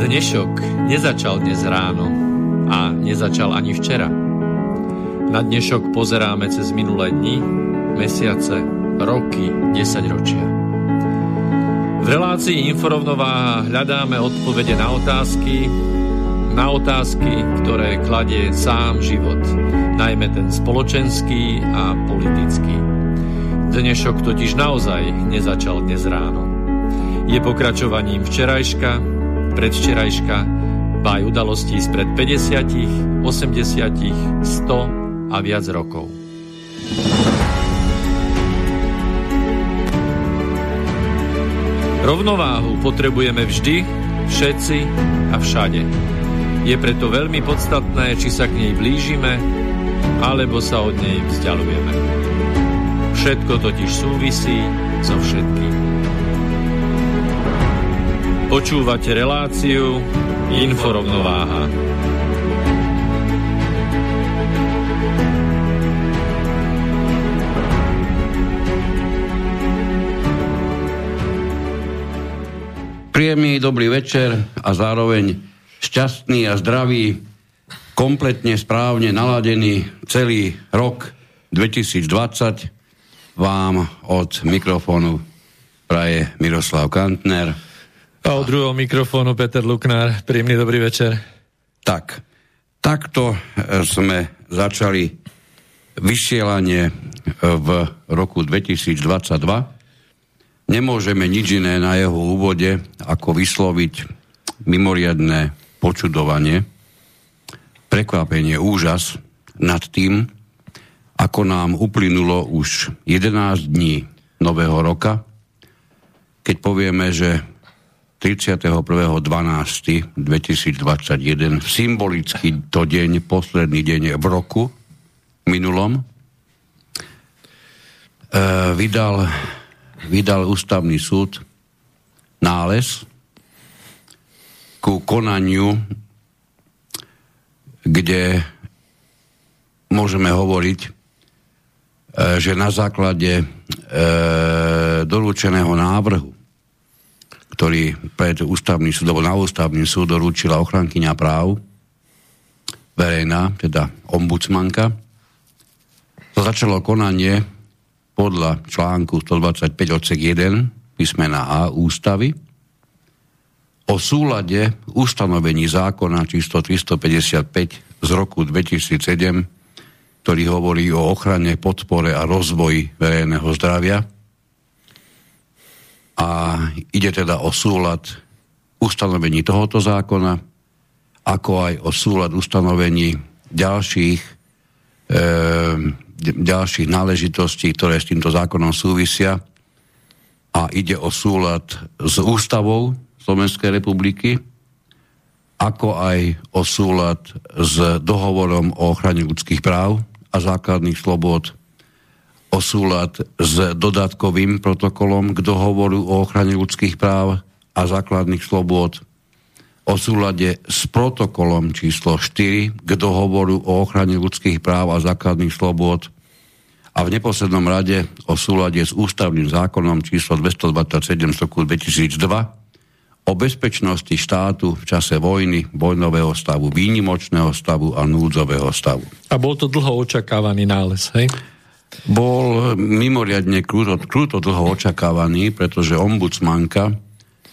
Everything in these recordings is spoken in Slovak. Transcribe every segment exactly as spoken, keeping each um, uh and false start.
Dnešok nezačal dnes ráno a nezačal ani včera. Na dnešok pozeráme cez minulé dni, mesiace, roky, desaťročia. V relácii Inforovnováha hľadáme odpovede na otázky, na otázky, ktoré kladie sám život, najmä ten spoločenský a politický. Dnešok totiž naozaj nezačal dnes ráno. Je pokračovaním včerajška, predvčerajška, ba aj udalostí spred päťdesiat, osemdesiat, sto a viac rokov. Rovnováhu potrebujeme vždy, všetci a všade. Je preto veľmi podstatné, či sa k nej blížime, alebo sa od nej vzdialujeme. Všetko totiž súvisí so všetkým. Počúvate reláciu Inforovnováha. Príjemný dobrý večer a zároveň šťastný a zdravý, kompletne správne naladený celý rok dvetisícdvadsať vám od mikrofónu praje Miroslav Kantner. A od druhého mikrofónu Peter Luknár. Príjemný dobrý večer. Tak, takto sme začali vysielanie v roku dvetisícdvadsaťdva. Nemôžeme nič iné na jeho úvode, ako vysloviť mimoriadne počudovanie, prekvapenie, úžas nad tým, ako nám uplynulo už jedenásť dní nového roka, keď povieme, že tridsiateho prvého decembra dvetisícdvadsaťjeden, symbolicky to deň, posledný deň v roku minulom, e, vydal, vydal ústavný súd nález ku konaniu, kde môžeme hovoriť, e, že na základe e, doručeného návrhu, ktorý pred ústavný súd, alebo na ústavný súd doručila ochrankyňa práv, verejná, teda ombudsmanka, to začalo konanie podľa článku stodvadsaťpäť odsek jeden písmena A ústavy o súlade ustanovení zákona číslo tristopäťdesiatpäť z roku dvetisícsedem, ktorý hovorí o ochrane, podpore a rozvoji verejného zdravia. A ide teda o súlad ustanovení tohoto zákona, ako aj o súlad ustanovení ďalších, e, ďalších náležitostí, ktoré s týmto zákonom súvisia. A ide o súlad s ústavou Slovenskej republiky, ako aj o súlad s dohovorom o ochrane ľudských práv a základných slobôd, o súlad s dodatkovým protokolom k dohovoru o ochrane ľudských práv a základných slobôd, o súlade s protokolom číslo štyri k dohovoru o ochrane ľudských práv a základných slobôd a v neposlednom rade o súlade s ústavným zákonom číslo dvestodvadsaťsedem z roku dvetisícdva o bezpečnosti štátu v čase vojny, vojnového stavu, výnimočného stavu a núdzového stavu. A bol to dlho očakávaný nález, hej? Bol mimoriadne krúto, krúto dlho očakávaný, pretože ombudsmanka e,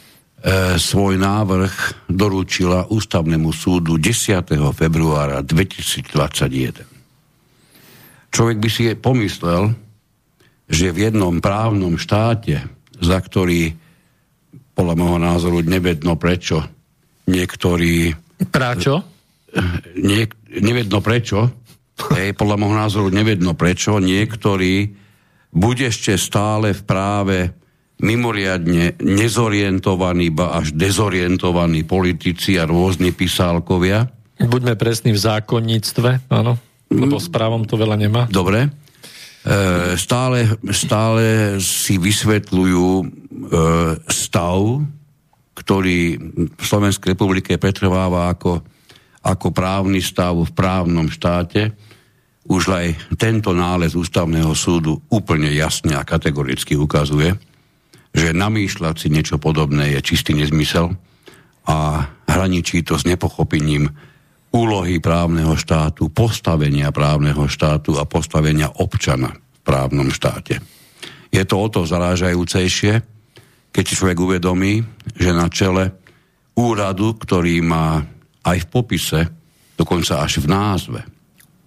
svoj návrh doručila ústavnému súdu desiateho februára dvetisícdvadsaťjeden. Človek by si pomyslel, že v jednom právnom štáte, za ktorý podľa môjho názoru nevedno prečo niektorí... Práčo? Nie, nevedno prečo, hej, podľa môjho názoru nevedno prečo niektorí buď ešte stále v práve mimoriadne nezorientovaní, ba až dezorientovaní politici a rôzni pisálkovia. Buďme presní v zákonníctve, áno, lebo s právom to veľa nemá. Dobre. E, stále, stále si vysvetľujú e, stav, ktorý v Slovenskej republike pretrváva ako, ako právny stav v právnom štáte. Už aj tento nález ústavného súdu úplne jasne a kategoricky ukazuje, že namýšľať si niečo podobné je čistý nezmysel a hraničí to s nepochopením úlohy právneho štátu, postavenia právneho štátu a postavenia občana v právnom štáte. Je to o to zarážajúcejšie, keď si človek uvedomí, že na čele úradu, ktorý má aj v popise, dokonca až v názve, e,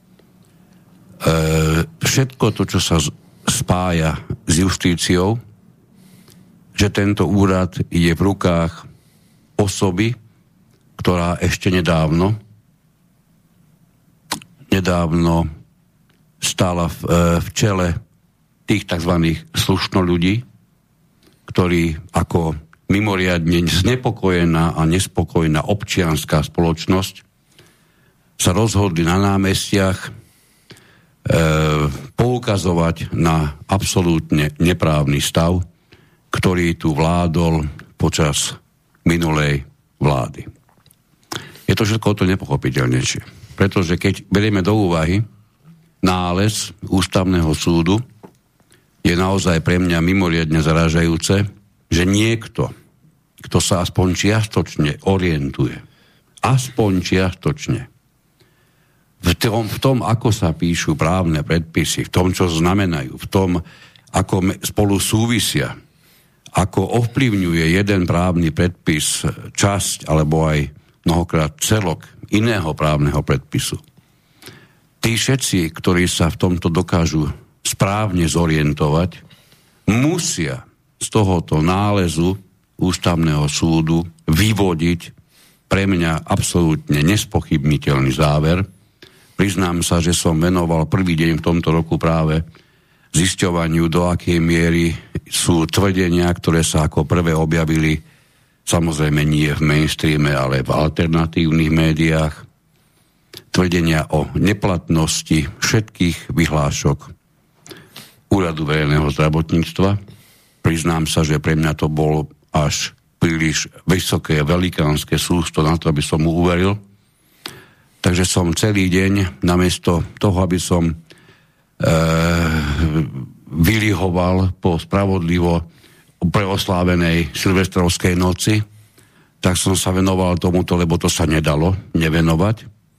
všetko to, čo sa spája s justíciou, že tento úrad je v rukách osoby, ktorá ešte nedávno nedávno stála v, v čele tých tzv. Slušno ľudí, ktorí ako mimoriadne znepokojená a nespokojná občianská spoločnosť sa rozhodli na námestiach e, poukazovať na absolútne neprávny stav, ktorý tu vládol počas minulej vlády. Je to všetko o to nepochopiteľnejšie. Pretože keď berieme do úvahy nález Ústavného súdu, je naozaj pre mňa mimoriadne zarážajúce, že niekto, kto sa aspoň čiastočne orientuje, aspoň čiastočne, v tom, v tom, ako sa píšu právne predpisy, v tom, čo znamenajú, v tom, ako spolu súvisia, ako ovplyvňuje jeden právny predpis časť alebo aj mnohokrát celok iného právneho predpisu. Tí všetci, ktorí sa v tomto dokážu správne zorientovať, musia z tohoto nálezu Ústavného súdu vyvodiť pre mňa absolútne nespochybniteľný záver. Priznám sa, že som venoval prvý deň v tomto roku práve zisťovaniu, do akej miery sú tvrdenia, ktoré sa ako prvé objavili, samozrejme nie v mainstreame, ale v alternatívnych médiách, tvrdenia o neplatnosti všetkých vyhlášok Úradu verejného zdravotníctva. Priznám sa, že pre mňa to bolo až príliš vysoké, velikánske sústo na to, aby som mu uveril. Takže som celý deň, namiesto toho, aby som e, vylihoval po spravodlivo preoslávenej silvestrovskej noci, tak som sa venoval tomuto, lebo to sa nedalo nevenovať.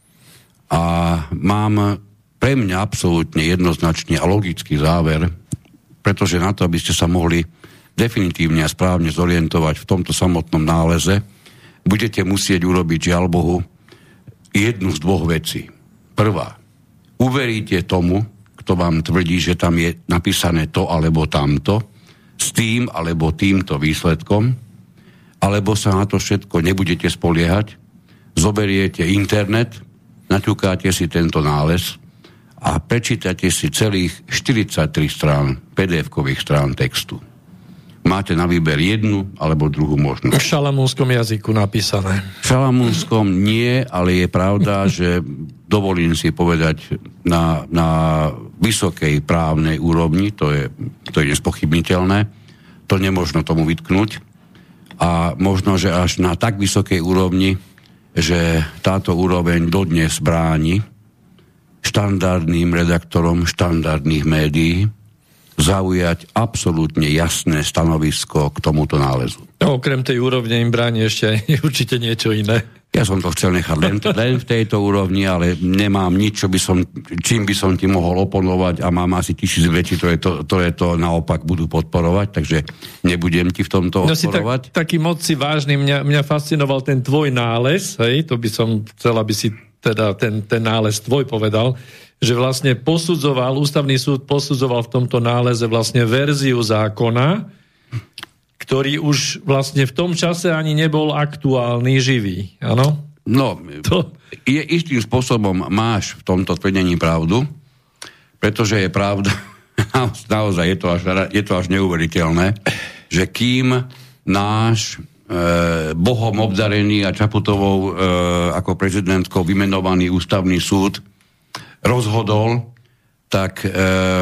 A mám pre mňa absolútne jednoznačný a logický záver, pretože na to, aby ste sa mohli definitívne a správne zorientovať v tomto samotnom náleze, budete musieť urobiť, žiaľ Bohu, jednu z dvoch vecí. Prvá, uveríte tomu, kto vám tvrdí, že tam je napísané to alebo tamto, s tým alebo týmto výsledkom, alebo sa na to všetko nebudete spoliehať, zoberiete internet, naťukáte si tento nález a prečítate si celých štyridsaťtri strán pé dé efkových strán textu. Máte na výber jednu alebo druhú možnosť. V šalamúnskom jazyku napísané. V šalamúnskom nie, ale je pravda, že dovolím si povedať na, na vysokej právnej úrovni, to je, to je nespochybniteľné, to nemožno tomu vytknúť. A možno, že až na tak vysokej úrovni, že táto úroveň dodnes bráni štandardným redaktorom štandardných médií zaujať absolútne jasné stanovisko k tomuto nálezu. No, okrem tej úrovne im bráni ešte aj určite niečo iné. Ja som to chcel nechať len, len v tejto úrovni, ale nemám nič, čo by som, čím by som ti mohol oponovať a mám asi tisíc vecí, ktoré to, ktoré to naopak budú podporovať, takže nebudem ti v tomto no odporovať. Si tak, taký moc si vážny, mňa, mňa fascinoval ten tvoj nález, hej, to by som chcel, aby si teda ten, ten nález tvoj povedal, že vlastne posudzoval, ústavný súd posudzoval v tomto náleze vlastne verziu zákona, ktorý už vlastne v tom čase ani nebol aktuálny, živý. Áno? No, to... je istým spôsobom máš v tomto tvrdení pravdu, pretože je pravda, naozaj je to až, je to až neuveriteľné, že kým náš e, Bohom obdarený a Čaputovou e, ako prezidentkou vymenovaný ústavný súd rozhodol, tak e,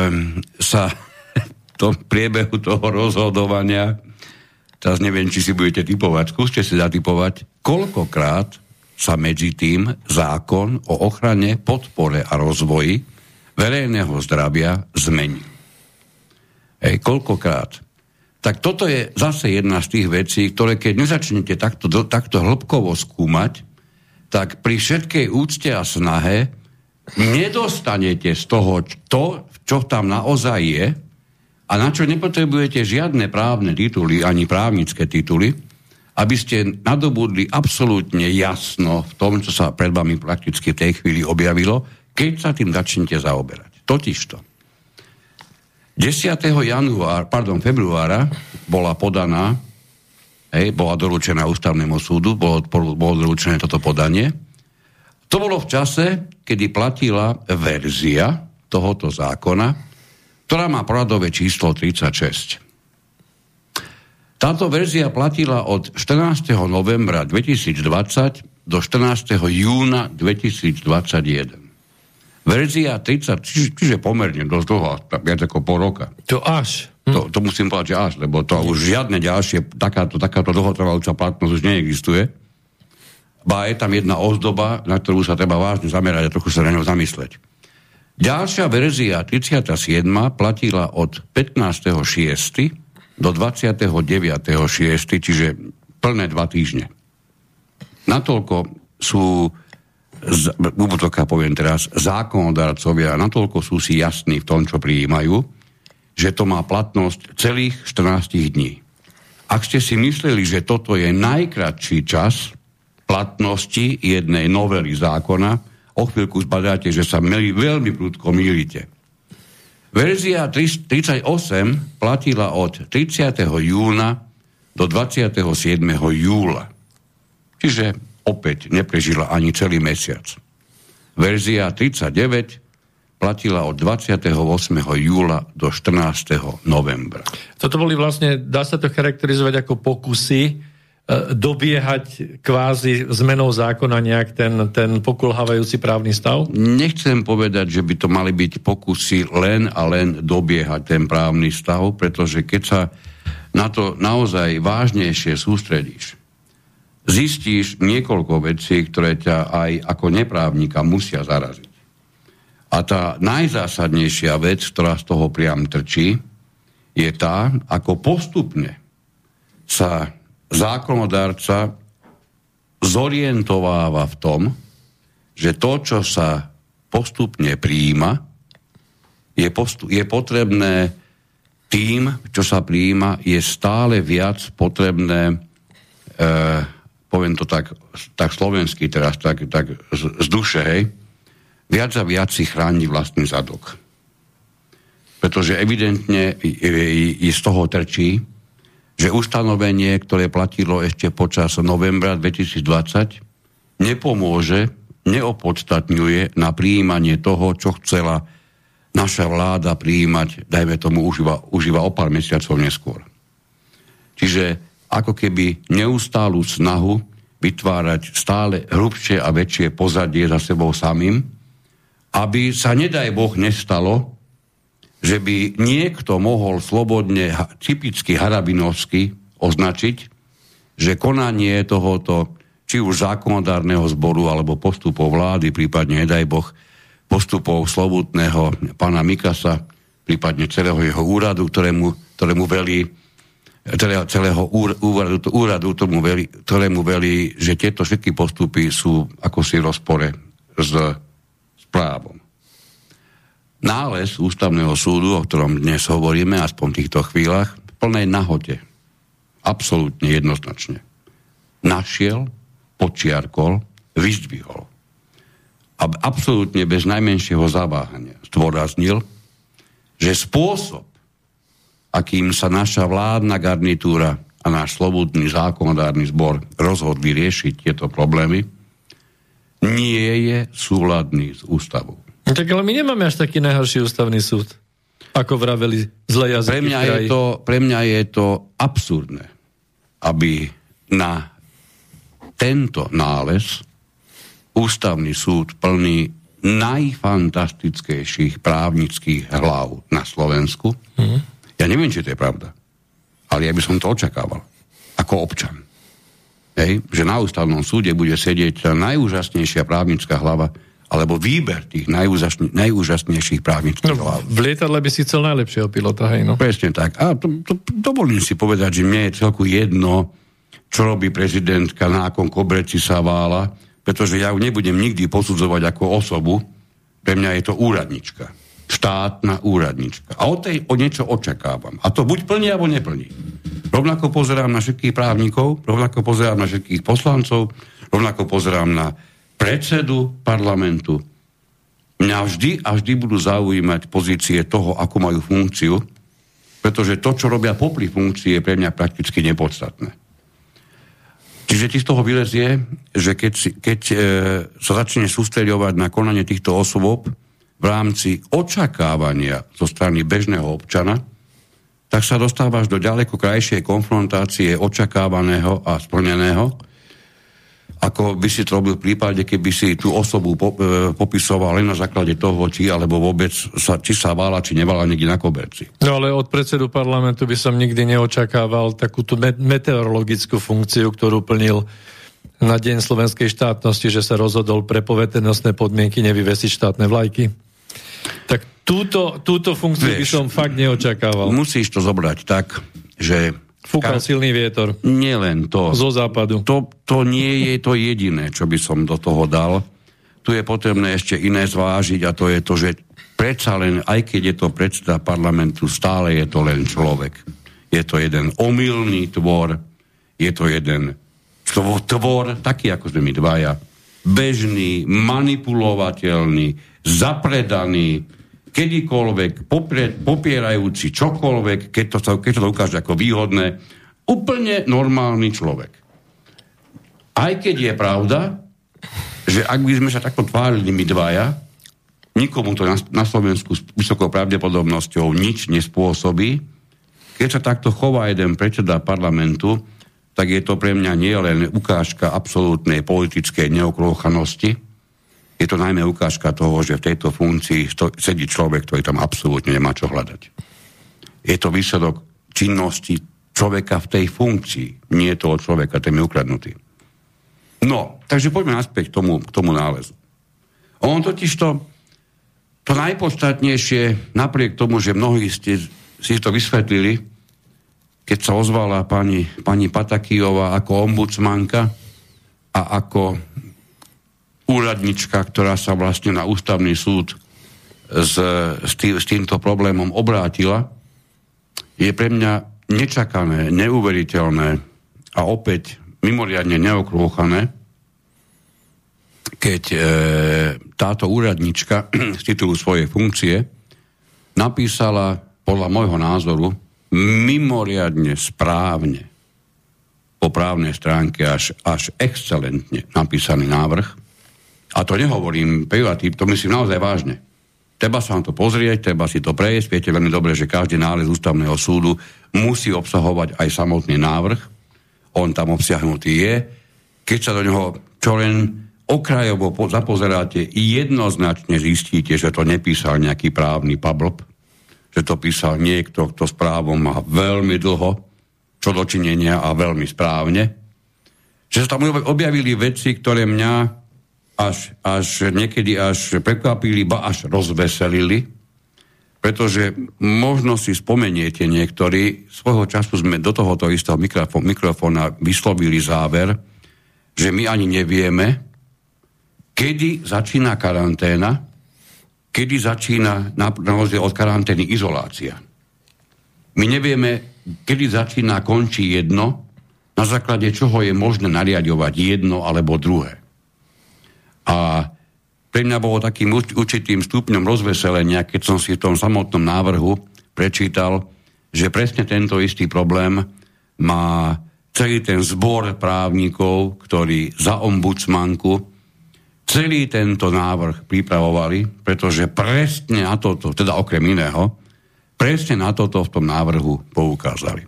sa v tom priebehu toho rozhodovania, teraz neviem, či si budete typovať, skúste si zatipovať, koľkokrát sa medzi tým zákon o ochrane, podpore a rozvoji verejného zdravia zmení. Ej, koľkokrát. Tak toto je zase jedna z tých vecí, ktoré keď nezačnete takto, takto hĺbkovo skúmať, tak pri všetkej úcte a snahe nedostanete z toho to, čo tam naozaj je a na čo nepotrebujete žiadne právne tituly, ani právnické tituly, aby ste nadobudli absolútne jasno v tom, čo sa pred vami prakticky v tej chvíli objavilo, keď sa tým začnete zaoberať. Totižto. desiateho januára, pardon, februára bola podaná, hej, bola doručená ústavnému súdu, bolo, bolo doručené toto podanie. To bolo v čase, kedy platila verzia tohoto zákona, ktorá má poradové číslo tridsaťšesť. Táto verzia platila od štrnásteho novembra dvetisícdvadsať do štrnásteho júna dvetisícdvadsaťjeden. Verzia tridsať, čiže, čiže pomerne dosť dlho, viac ako pol roka. To až. Hm. To, to musím povedať, že až, lebo to už žiadne ďalšie, takáto, takáto dlhotrvajúca platnosť už neexistuje. Ba je tam jedna ozdoba, na ktorú sa treba vážne zamerať a trochu sa na ňou zamysleť. Ďalšia verzia tridsiata siedma platila od pätnásteho šiesteho do dvadsiateho deviateho šiesteho, čiže plné dva týždne. Natoľko sú z, úvodzovkách poviem teraz, zákonodarcovia natoľko sú si jasní v tom, čo prijímajú, že to má platnosť celých štrnásť dní. Ak ste si mysleli, že toto je najkratší čas platnosti jednej novely zákona, o chvíľku zbadáte, že sa meli, veľmi prudko mýlite. Verzia tridsaťosem platila od tridsiateho júna do dvadsiateho siedmeho júla. Čiže opäť neprežila ani celý mesiac. Verzia tridsaťdeväť platila od dvadsiateho ôsmeho júla do štrnásteho novembra. Toto boli vlastne, dá sa to charakterizovať ako pokusy dobiehať kvázi zmenou zákona nejak ten, ten pokulhávajúci právny stav? Nechcem povedať, že by to mali byť pokusy len a len dobiehať ten právny stav, pretože keď sa na to naozaj vážnejšie sústredíš, zistíš niekoľko vecí, ktoré ťa aj ako neprávnika musia zaraziť. A tá najzásadnejšia vec, ktorá z toho priam trčí, je tá, ako postupne sa zákonodárca zorientováva v tom, že to, čo sa postupne prijíma, je, postup, je potrebné tým, čo sa prijíma, je stále viac potrebné, e, poviem to tak, tak slovensky teraz, tak, tak z, z duše, hej, viac a viac si chráni vlastný zadok. Pretože evidentne je, je z toho trčí, že ustanovenie, ktoré platilo ešte počas novembra dvetisícdvadsať, nepomôže, neopodstatňuje na prijímanie toho, čo chcela naša vláda prijímať, dajme tomu už iba, už iba o pár mesiacov neskôr. Čiže ako keby neustálu snahu vytvárať stále hrubšie a väčšie pozadie za sebou samým, aby sa, nedaj Boh, nestalo, že by niekto mohol slobodne, typicky harabinovsky označiť, že konanie tohoto, či už zákonodárneho zboru, alebo postupov vlády, prípadne, nedaj Boh, postupov slobodného pána Mikasa, prípadne celého jeho úradu, ktorému, ktorému velí, celého, celého úradu, úradu tomu velí, ktorému velí, že tieto všetky postupy sú ako si v rozpore s, s právom. Nález Ústavného súdu, o ktorom dnes hovoríme, aspoň v týchto chvíľach, v plnej nahote, absolútne jednoznačne, našiel, počiarkol, vyzdvihol a absolútne bez najmenšieho zaváhania zdôraznil, že spôsob, akým sa naša vládna garnitúra a náš slobodný zákonodárny zbor rozhodli riešiť tieto problémy, nie je súladný s ústavou. Tak ale my nemáme až taký najhorší ústavný súd, ako vraveli zlé jazyky. Pre mňa, je to, pre mňa je to absurdné, aby na tento nález ústavný súd plný najfantastickejších právnických hlav na Slovensku. Mm. Ja neviem, či to je pravda, ale ja by som to očakával ako občan. Hej? Že na ústavnom súde bude sedieť tá najúžasnejšia právnická hlava alebo výber tých najúžasne, najúžasnejších právnických no, hlav. V lietadle by si chcel najlepšieho pilota, hej, no. Presne tak. A to, to, dovolím si povedať, že mne je celku jedno, čo robí prezidentka na akom koberci sa vála, pretože ja ju nebudem nikdy posudzovať ako osobu. Pre mňa je to úradnička. Štátna úradnička. A od tej o niečo očakávam. A to buď plní, alebo neplní. Rovnako pozerám na všetkých právnikov, rovnako pozerám na všetkých poslancov, rovnako pozerám na predsedu parlamentu. Mňa vždy a vždy budú zaujímať pozície toho, ako majú funkciu, pretože to, čo robia popri funkcii, je pre mňa prakticky nepodstatné. Čiže ti z toho vylezie, že keď, keď e, sa začne sústreďovať na konanie týchto osôb v rámci očakávania zo strany bežného občana, tak sa dostávaš do ďaleko krajšej konfrontácie očakávaného a splneného, ako by si to robil v prípade, keby si tú osobu po, e, popisoval len na základe toho, či alebo vôbec sa, či sa vála, či nevála niekde na koberci. No ale od predsedu parlamentu by som nikdy neočakával takúto meteorologickú funkciu, ktorú plnil na Deň slovenskej štátnosti, že sa rozhodol pre poveternostné podmienky nevyvesiť štátne vlajky. Tak túto, túto funkciu Vieš, by som fakt neočakával. Musíš to zobrať tak, že fúkal silný vietor. Nie len to. Zo západu. To, to nie je to jediné, čo by som do toho dal. Tu je potrebné ešte iné zvážiť a to je to, že predsa len, aj keď je to predseda parlamentu, stále je to len človek. Je to jeden omylný tvor, je to jeden tvor, tvor taký ako sme my dvaja, bežný, manipulovateľný, zapredaný, kedykoľvek, poprie, popierajúci čokoľvek, keď to, keď to ukáže ako výhodné, úplne normálny človek. Aj keď je pravda, že ak by sme sa takto tvárili my dvaja, nikomu to na, na Slovensku s vysokou pravdepodobnosťou nič nespôsobí. Keď sa takto chová jeden predseda parlamentu, tak je to pre mňa nie len ukážka absolútnej politickej neokrochanosti, je to najmä ukážka toho, že v tejto funkcii sto- sedí človek, ktorý tam absolútne nemá čo hľadať. Je to výsledok činnosti človeka v tej funkcii, nie toho človeka, ten je ukradnutý. No, takže poďme naspäť k tomu, k tomu nálezu. On totiž to, to najpodstatnejšie, napriek tomu, že mnohí ste si to vysvetlili, keď sa ozvala pani, pani Patakijová ako ombudsmanka a ako úradnička, ktorá sa vlastne na ústavný súd s, s, tý, s týmto problémom obrátila, je pre mňa nečakané, neuveriteľné a opäť mimoriadne neokrôchané, keď e, táto úradnička z titulu svojej funkcie napísala podľa môjho názoru mimoriadne správne po právnej stránke až, až excelentne napísaný návrh. A to nehovorím pejoratív, to myslím naozaj vážne. Treba sa vám to pozrieť, treba si to prejsť. Viete veľmi dobre, že každý nález ústavného súdu musí obsahovať aj samotný návrh. On tam obsiahnutý je. Keď sa do neho čo len okrajovo zapozeráte, jednoznačne zistíte, že to nepísal nejaký právny pablb, že to písal niekto, kto s právom má veľmi dlho čo dočinenia a veľmi správne. Že sa tam objavili veci, ktoré mňa Až, až niekedy až prekvapili, ba až rozveselili, pretože možno si spomeniete niektorí, svojho času sme do tohoto istého mikrofó- mikrofóna vyslovili záver, že my ani nevieme, kedy začína karanténa, kedy začína na, na rozdiel od karantény izolácia. My nevieme, kedy začína a končí jedno, na základe čoho je možné nariadovať jedno alebo druhé. A pre mňa bolo takým určitým stupňom rozveselenia, keď som si v tom samotnom návrhu prečítal, že presne tento istý problém má celý ten zbor právnikov, ktorí za ombudsmanku celý tento návrh pripravovali, pretože presne na toto, teda okrem iného, presne na toto v tom návrhu poukázali.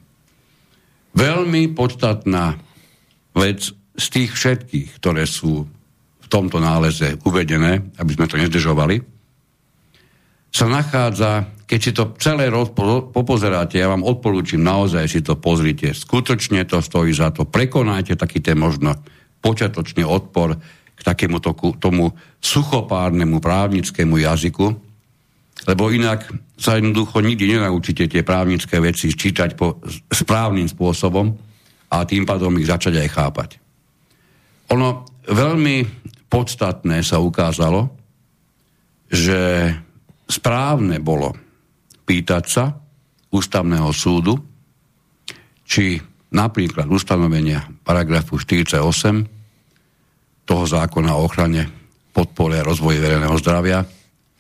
Veľmi podstatná vec z tých všetkých, ktoré sú v tomto náleze uvedené, aby sme to nezdržovali, sa nachádza, keď si to celé roz, po, popozeráte, ja vám odporúčam naozaj si to pozrite, skutočne to stojí za to, prekonajte taký ten možno počiatočný odpor k takému toku, tomu suchopárnemu právnickému jazyku, lebo inak sa jednoducho nikdy nenaučíte tie právnické veci čítať po správnym spôsobom a tým pádom ich začať aj chápať. Ono veľmi podstatné sa ukázalo, že správne bolo pýtať sa Ústavného súdu, či napríklad ustanovenia paragrafu štyridsaťosem toho zákona o ochrane, podpore a rozvoji verejného zdravia, e,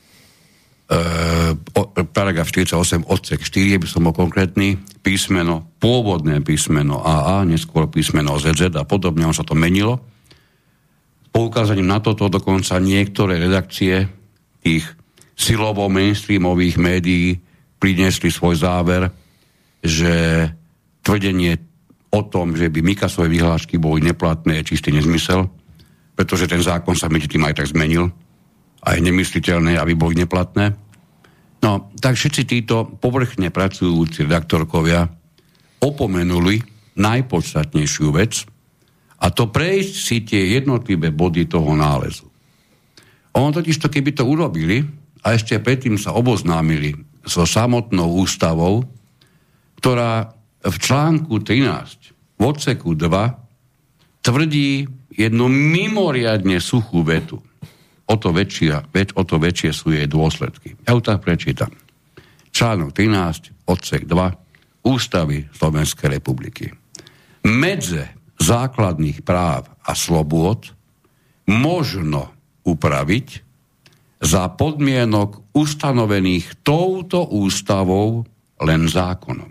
paragraf štyridsaťosem odsek štyri, by som bol konkrétny, písmeno, pôvodné písmeno á á, neskôr písmeno zet zet a podobne, on sa to menilo. Poukázaním na toto dokonca niektoré redakcie tých silovo mainstreamových médií priniesli svoj záver, že tvrdenie o tom, že by Mikasové vyhlášky boli neplatné, je čistý nezmysel, pretože ten zákon sa medzi tým aj tak zmenil a je nemysliteľné, aby boli neplatné. No, tak všetci títo povrchne pracujúci redaktorkovia opomenuli najpodstatnejšiu vec, a to prejsť si tie jednotlivé body toho nálezu. Ono totiž to, keby to urobili a ešte predtým sa oboznámili so samotnou ústavou, ktorá v článku trinásť v odseku dva tvrdí jednu mimoriadne suchú vetu. O to väčšie, väč, o to väčšie sú jej dôsledky. Ja ju tak prečítam. Článok trinásť, odsek dva Ústavy Slovenskej republiky. Medze základných práv a slobôd možno upraviť za podmienok ustanovených touto ústavou len zákonom.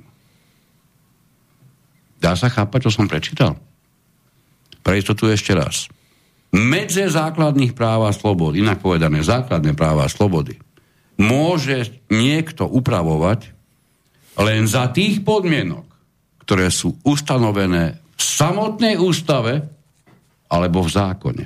Dá sa chápať, čo som prečítal? Pre istotu ešte raz. Medze základných práv a slobod, inak povedané základné práva a slobody, môže niekto upravovať len za tých podmienok, ktoré sú ustanovené v samotnej ústave alebo v zákone.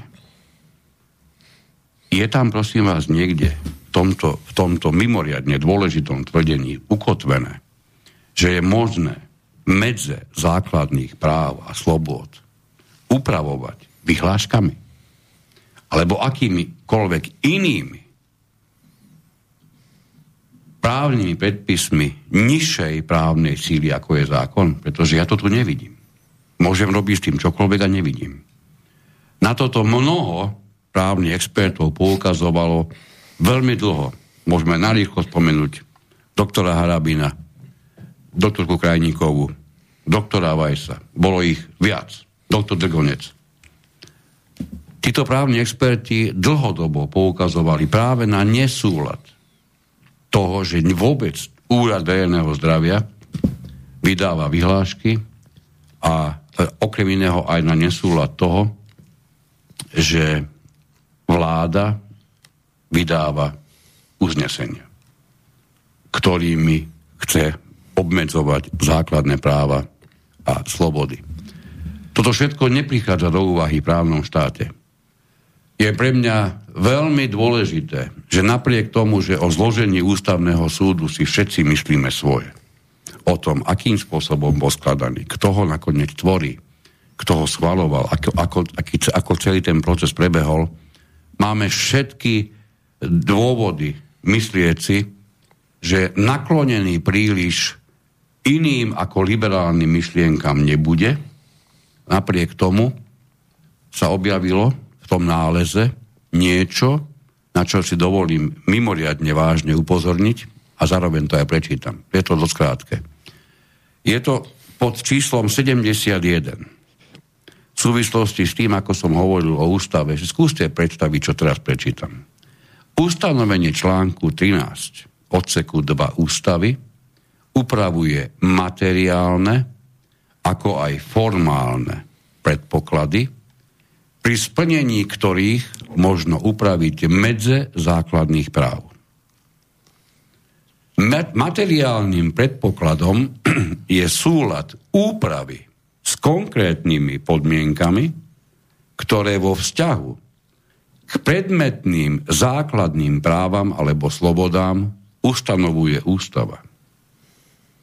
Je tam, prosím vás, niekde v tomto, v tomto mimoriadne dôležitom tvrdení ukotvené, že je možné medze základných práv a slobôd upravovať vyhláškami alebo akýmikoľvek inými právnymi predpismi nižšej právnej síly, ako je zákon, pretože ja to tu nevidím. Môžem robiť s tým čokoľvek a nevidím. Na toto mnoho právnych expertov poukazovalo veľmi dlho. Môžeme narýchlo spomenúť doktora Harabina, doktorku Krajníkovú, doktora Vajsa. Bolo ich viac. Doktor Drgonec. Títo právni experti dlhodobo poukazovali práve na nesúlad toho, že vôbec Úrad verejného zdravia vydáva vyhlášky a okrem iného aj na nesúlad toho, že vláda vydáva uznesenia, ktorými chce obmedzovať základné práva a slobody. Toto všetko neprichádza do úvahy v právnom štáte. Je pre mňa veľmi dôležité, že napriek tomu, že o zložení ústavného súdu si všetci myslíme svoje, o tom, akým spôsobom bol skladaný, kto ho nakoniec tvorí, kto ho schvaľoval, ako, ako, aký, ako celý ten proces prebehol, máme všetky dôvody myslieť si, že naklonený príliš iným ako liberálnym myšlienkam nebude. Napriek tomu sa objavilo v tom náleze niečo, na čo si dovolím mimoriadne vážne upozorniť a zároveň to aj prečítam. Je to dosť krátke. Je to pod číslom sedemdesiatjeden. V súvislosti s tým, ako som hovoril o ústave, že skúste predstaviť, čo teraz prečítam. Ustanovenie článku trinásť odseku dva ústavy upravuje materiálne ako aj formálne predpoklady, pri splnení ktorých možno upraviť medze základných práv. Materiálnym predpokladom je súlad úpravy s konkrétnymi podmienkami, ktoré vo vzťahu k predmetným základným právam alebo slobodám ustanovuje ústava.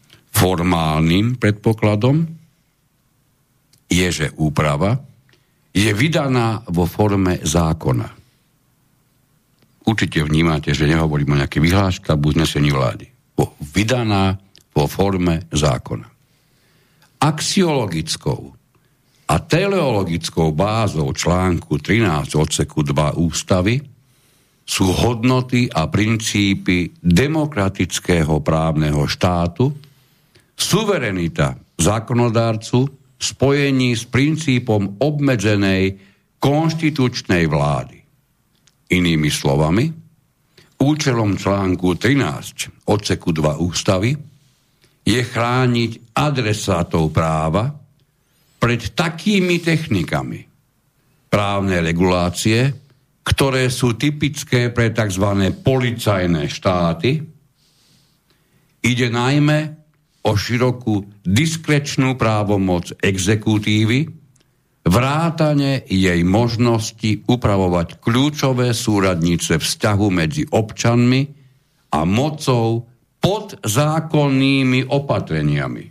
Formálnym predpokladom je, že úprava je vydaná vo forme zákona. Určite vnímate, že nehovorím o nejaké vyhláška alebo uznesení vlády. Vydaná vo forme zákona. Axiologickou a teleologickou bázou článku trinásť odseku dva ústavy sú hodnoty a princípy demokratického právneho štátu, suverenita zákonodárcu v spojení s princípom obmedzenej konštitučnej vlády. Inými slovami, účelom článku trinásť odseku dva ústavy je chrániť adresátov práva pred takými technikami právnej regulácie, ktoré sú typické pre tzv. Policajné štáty. Ide najmä o širokú diskrečnú právomoc exekutívy, vrátane jej možnosti upravovať kľúčové súradnice vzťahu medzi občanmi a mocou pod zákonnými opatreniami.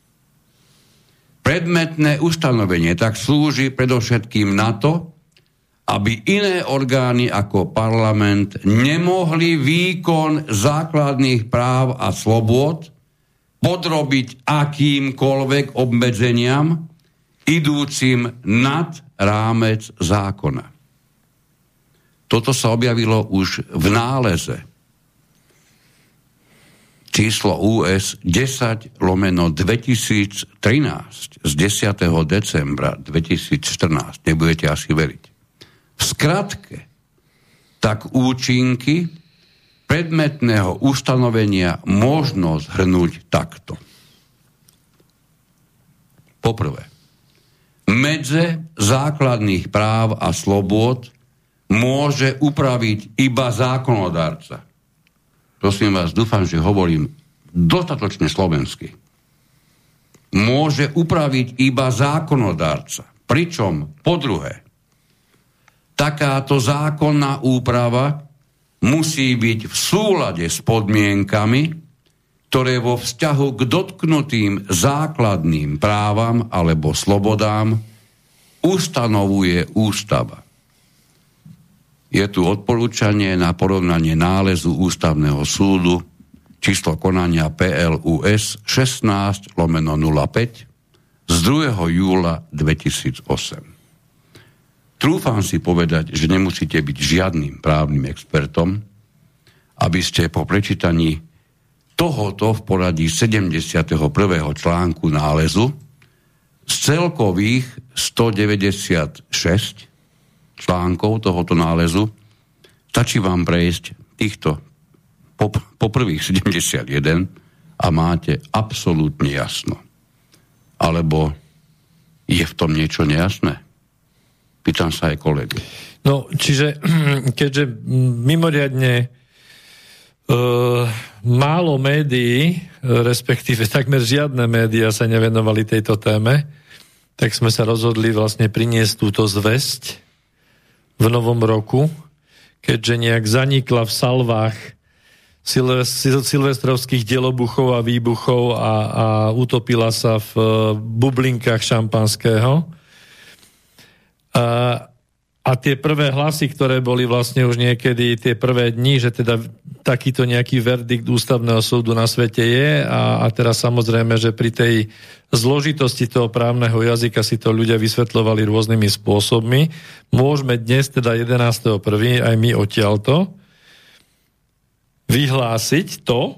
Predmetné ustanovenie tak slúži predovšetkým na to, aby iné orgány ako parlament nemohli výkon základných práv a slobôd podrobiť akýmkoľvek obmedzeniam idúcim nad rámec zákona. Toto sa objavilo už v náleze číslo ú es desať lomeno dvetisíctrinásť z desiateho decembra dvetisícštrnásť. Nebudete asi veriť. V skratke, tak účinky predmetného ustanovenia možno zhrnúť takto. Poprvé, medze základných práv a slobôd môže upraviť iba zákonodárca. Prosím vás, dúfam, že hovorím dostatočne slovensky. Môže upraviť iba zákonodárca. Pričom, po druhé, takáto zákonná úprava musí byť v súlade s podmienkami, ktoré vo vzťahu k dotknutým základným právam alebo slobodám ustanovuje ústava. Je tu odporúčanie na porovnanie nálezu Ústavného súdu číslo konania pé el ú es šestnásť lomeno nula päť z druhého júla dvetisícosem. Trúfam si povedať, že nemusíte byť žiadnym právnym expertom, aby ste po prečítaní tohoto v poradí sedemdesiateho prvého článku nálezu z celkových stodeväťdesiatšesť článkov tohoto nálezu stačí vám prejsť týchto po, po prvých sedemdesiatjeden a máte absolútne jasno. Alebo je v tom niečo nejasné? Pýtam sa aj kolegy. No, čiže keďže mimoriadne uh, málo médií, respektíve takmer žiadne médiá sa nevenovali tejto téme, tak sme sa rozhodli vlastne priniesť túto zvesť v novom roku, keďže nejak zanikla v salvách silvestrovských delobuchov a výbuchov a, a utopila sa v bublinkách šampanského. A, a tie prvé hlasy, ktoré boli vlastne už niekedy tie prvé dni, že teda takýto nejaký verdikt ústavného súdu na svete je a, a teraz samozrejme, že pri tej zložitosti toho právneho jazyka si to ľudia vysvetľovali rôznymi spôsobmi. Môžeme dnes, teda jedenásteho prvého aj my odtiaľto vyhlásiť to,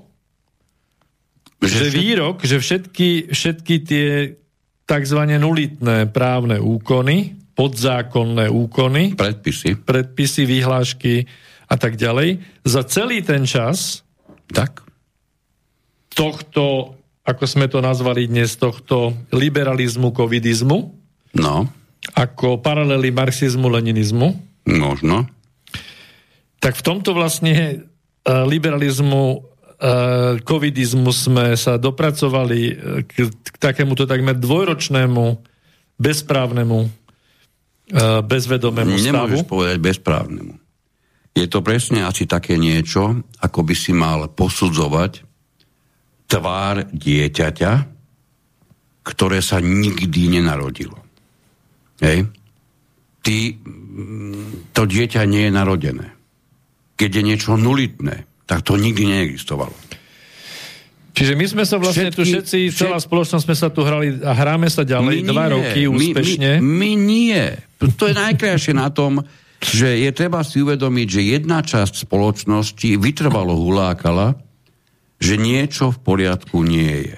že výrok, že všetky, všetky tie takzvané nulitné právne úkony, podzákonné úkony, predpisy, predpisy, vyhlášky a tak ďalej, za celý ten čas tak tohto, ako sme to nazvali dnes, tohto liberalizmu, covidizmu, no, ako paralely marxizmu, leninizmu, možno, tak v tomto vlastne liberalizmu, covidizmu sme sa dopracovali k, k takémuto takmer dvojročnému bezprávnemu, bezvedomému stavu. Nemôžeš povedať bezprávnemu. Je to presne asi také niečo, ako by si mal posudzovať tvár dieťaťa, ktoré sa nikdy nenarodilo. Hej? ty, to dieťa nie je narodené. Keď je niečo nulitné, tak to nikdy neexistovalo. Čiže my sme sa vlastne všetky, tu všetci, celá všet... spoločnosť sme sa tu hrali a hráme sa ďalej dva roky úspešne. My, my, my nie. To je najkrajšie na tom, že je treba si uvedomiť, že jedna časť spoločnosti vytrvalo hulákala, že niečo v poriadku nie je.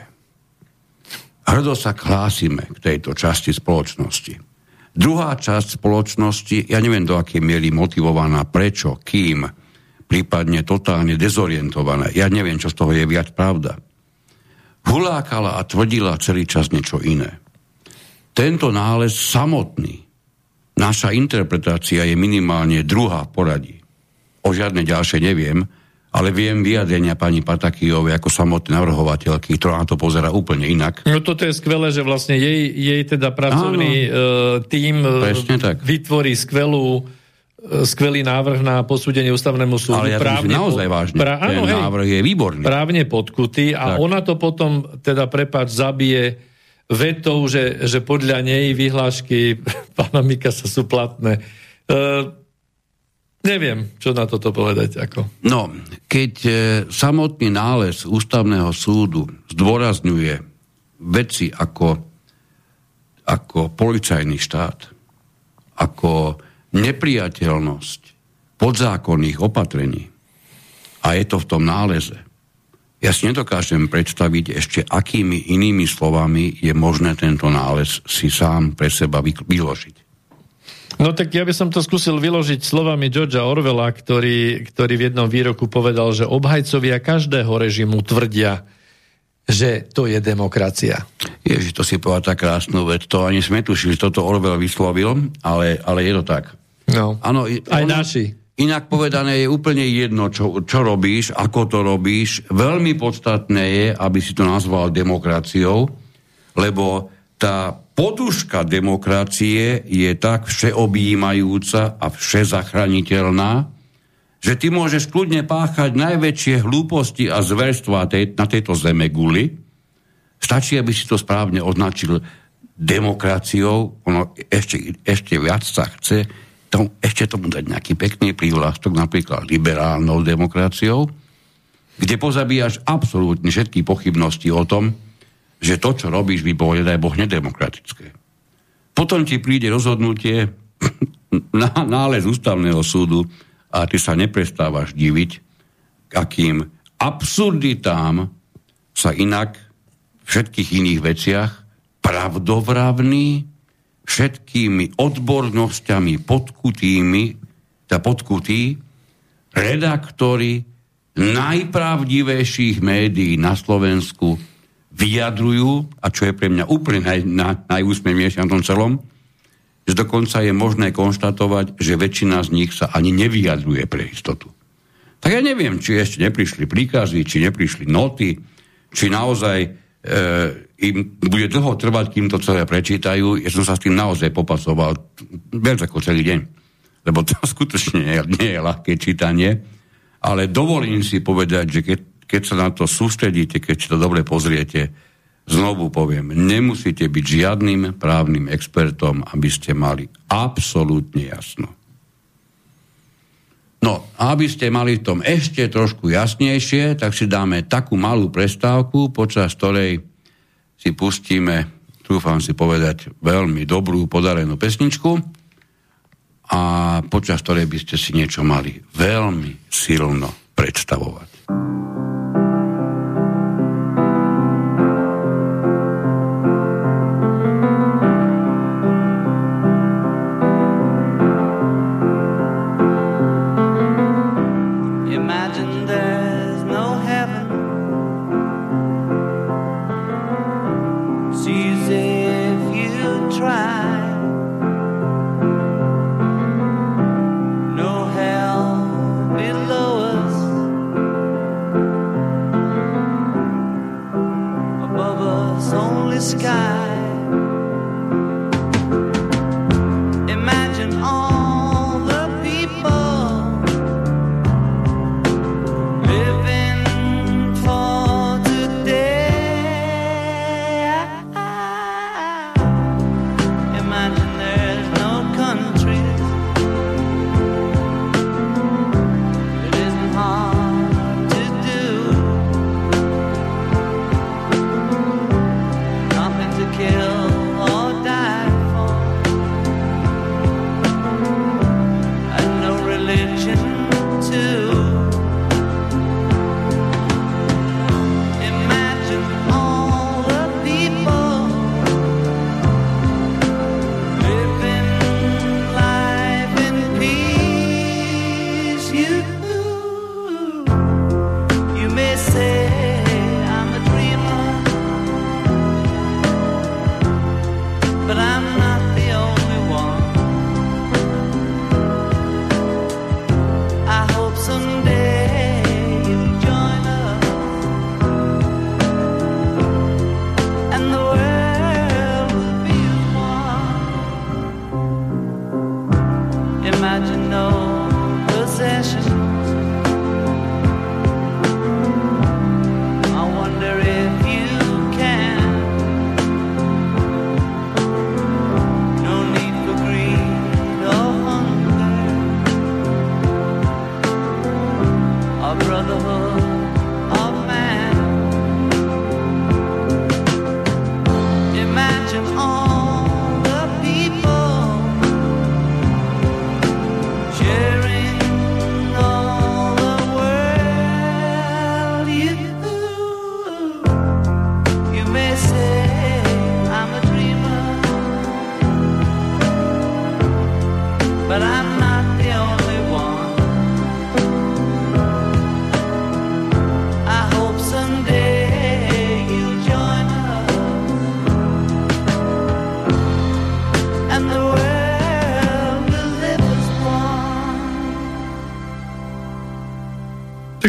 Hrdo sa hlásime k tejto časti spoločnosti. Druhá časť spoločnosti, ja neviem do akej miery motivovaná, prečo, kým, prípadne totálne dezorientované. Ja neviem, čo z toho je viac pravda. Hulákala a tvrdila celý čas niečo iné. Tento nález samotný, naša interpretácia je minimálne druhá v poradí. O žiadne ďalšie neviem, ale viem vyjadrenia pani Patakijovej ako samotné navrhovateľky, ktorá na to pozerá úplne inak. No toto je skvelé, že vlastne jej, jej teda pracovný uh, tím vytvorí skvelú skvelý návrh na posúdenie ústavnému súdu. Ale ja právne myslím naozaj vážne. Pra, áno, ten hej, návrh je výborný. Právne podkutý a tak. Ona to potom, teda prepáč, zabije vetou, že, že podľa nej vyhlášky pána Mikasa sú platné. Uh, neviem, čo na toto povedať. Ako. No, keď e, samotný nález ústavného súdu zdôrazňuje veci ako, ako policajný štát, ako nepriateľnosť podzákonných opatrení a je to v tom náleze. Ja si nedokážem predstaviť ešte, akými inými slovami je možné tento nález si sám pre seba vyložiť. No tak ja by som to skúsil vyložiť slovami Georgea Orwella, ktorý, ktorý v jednom výroku povedal, že obhajcovia každého režimu tvrdia, že to je demokracia. Ježiš, to si povedal tak krásnu vec. To ani sme tušili, že toto Orwell vyslovil, ale, ale je to tak. No, ano, aj ono, naši. Inak povedané je úplne jedno, čo, čo robíš, ako to robíš. Veľmi podstatné je, aby si to nazval demokraciou, lebo tá poduška demokracie je tak všeobjímajúca a všezachraniteľná, že ty môžeš kľudne páchať najväčšie hlúposti a zverstvá tej, na tejto zeme guli. Stačí, aby si to správne označil demokraciou. Ono ešte, ešte viac sa chce tomu, ešte tomu dať nejaký pekný prívlastok, napríklad liberálnou demokraciou, kde pozabíjaš absolútne všetky pochybnosti o tom, že to, čo robíš, by bolo, nedaj Boh, nedemokratické. Potom ti príde rozhodnutie na nález ústavného súdu a ty sa neprestávaš diviť, akým absurditám sa inak v všetkých iných veciach pravdovravný, všetkými odbornosťami podkutými, tá podkutí, redaktori najpravdivejších médií na Slovensku vyjadrujú, a čo je pre mňa úplne naj, na, najúsmevnejšie na tom celom, že dokonca je možné konštatovať, že väčšina z nich sa ani nevyjadruje pre istotu. Tak ja neviem, či ešte neprišli príkazy, či neprišli noty, či naozaj e, im bude dlho trvať, kým to celé prečítajú. Ja som sa s tým naozaj popasoval viac ako celý deň. Lebo to skutočne nie, nie je ľahké čítanie. Ale dovolím si povedať, že keď, keď sa na to sústredíte, keď si to dobre pozriete, znovu poviem, nemusíte byť žiadnym právnym expertom, aby ste mali absolútne jasno. No, a aby ste mali v tom ešte trošku jasnejšie, tak si dáme takú malú prestávku, počas ktorej si pustíme, trúfam si povedať, veľmi dobrú, podarenú pesničku a počas ktorej by ste si niečo mali veľmi silno predstavovať.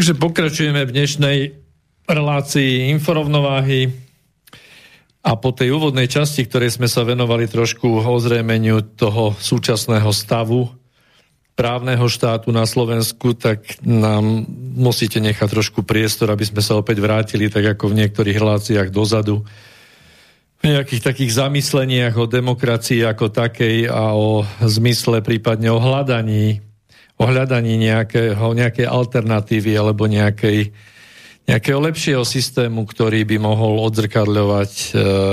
Takže pokračujeme v dnešnej relácii Inforovnováhy a po tej úvodnej časti, ktorej sme sa venovali trošku ozrejmeniu toho súčasného stavu právneho štátu na Slovensku, tak nám musíte nechať trošku priestor, aby sme sa opäť vrátili, tak ako v niektorých reláciách dozadu, v nejakých takých zamysleniach o demokracii ako takej a o zmysle, prípadne o hľadaní o hľadaní nejakého, nejakej alternatívy alebo nejakej, nejakého lepšieho systému, ktorý by mohol odzrkadľovať e,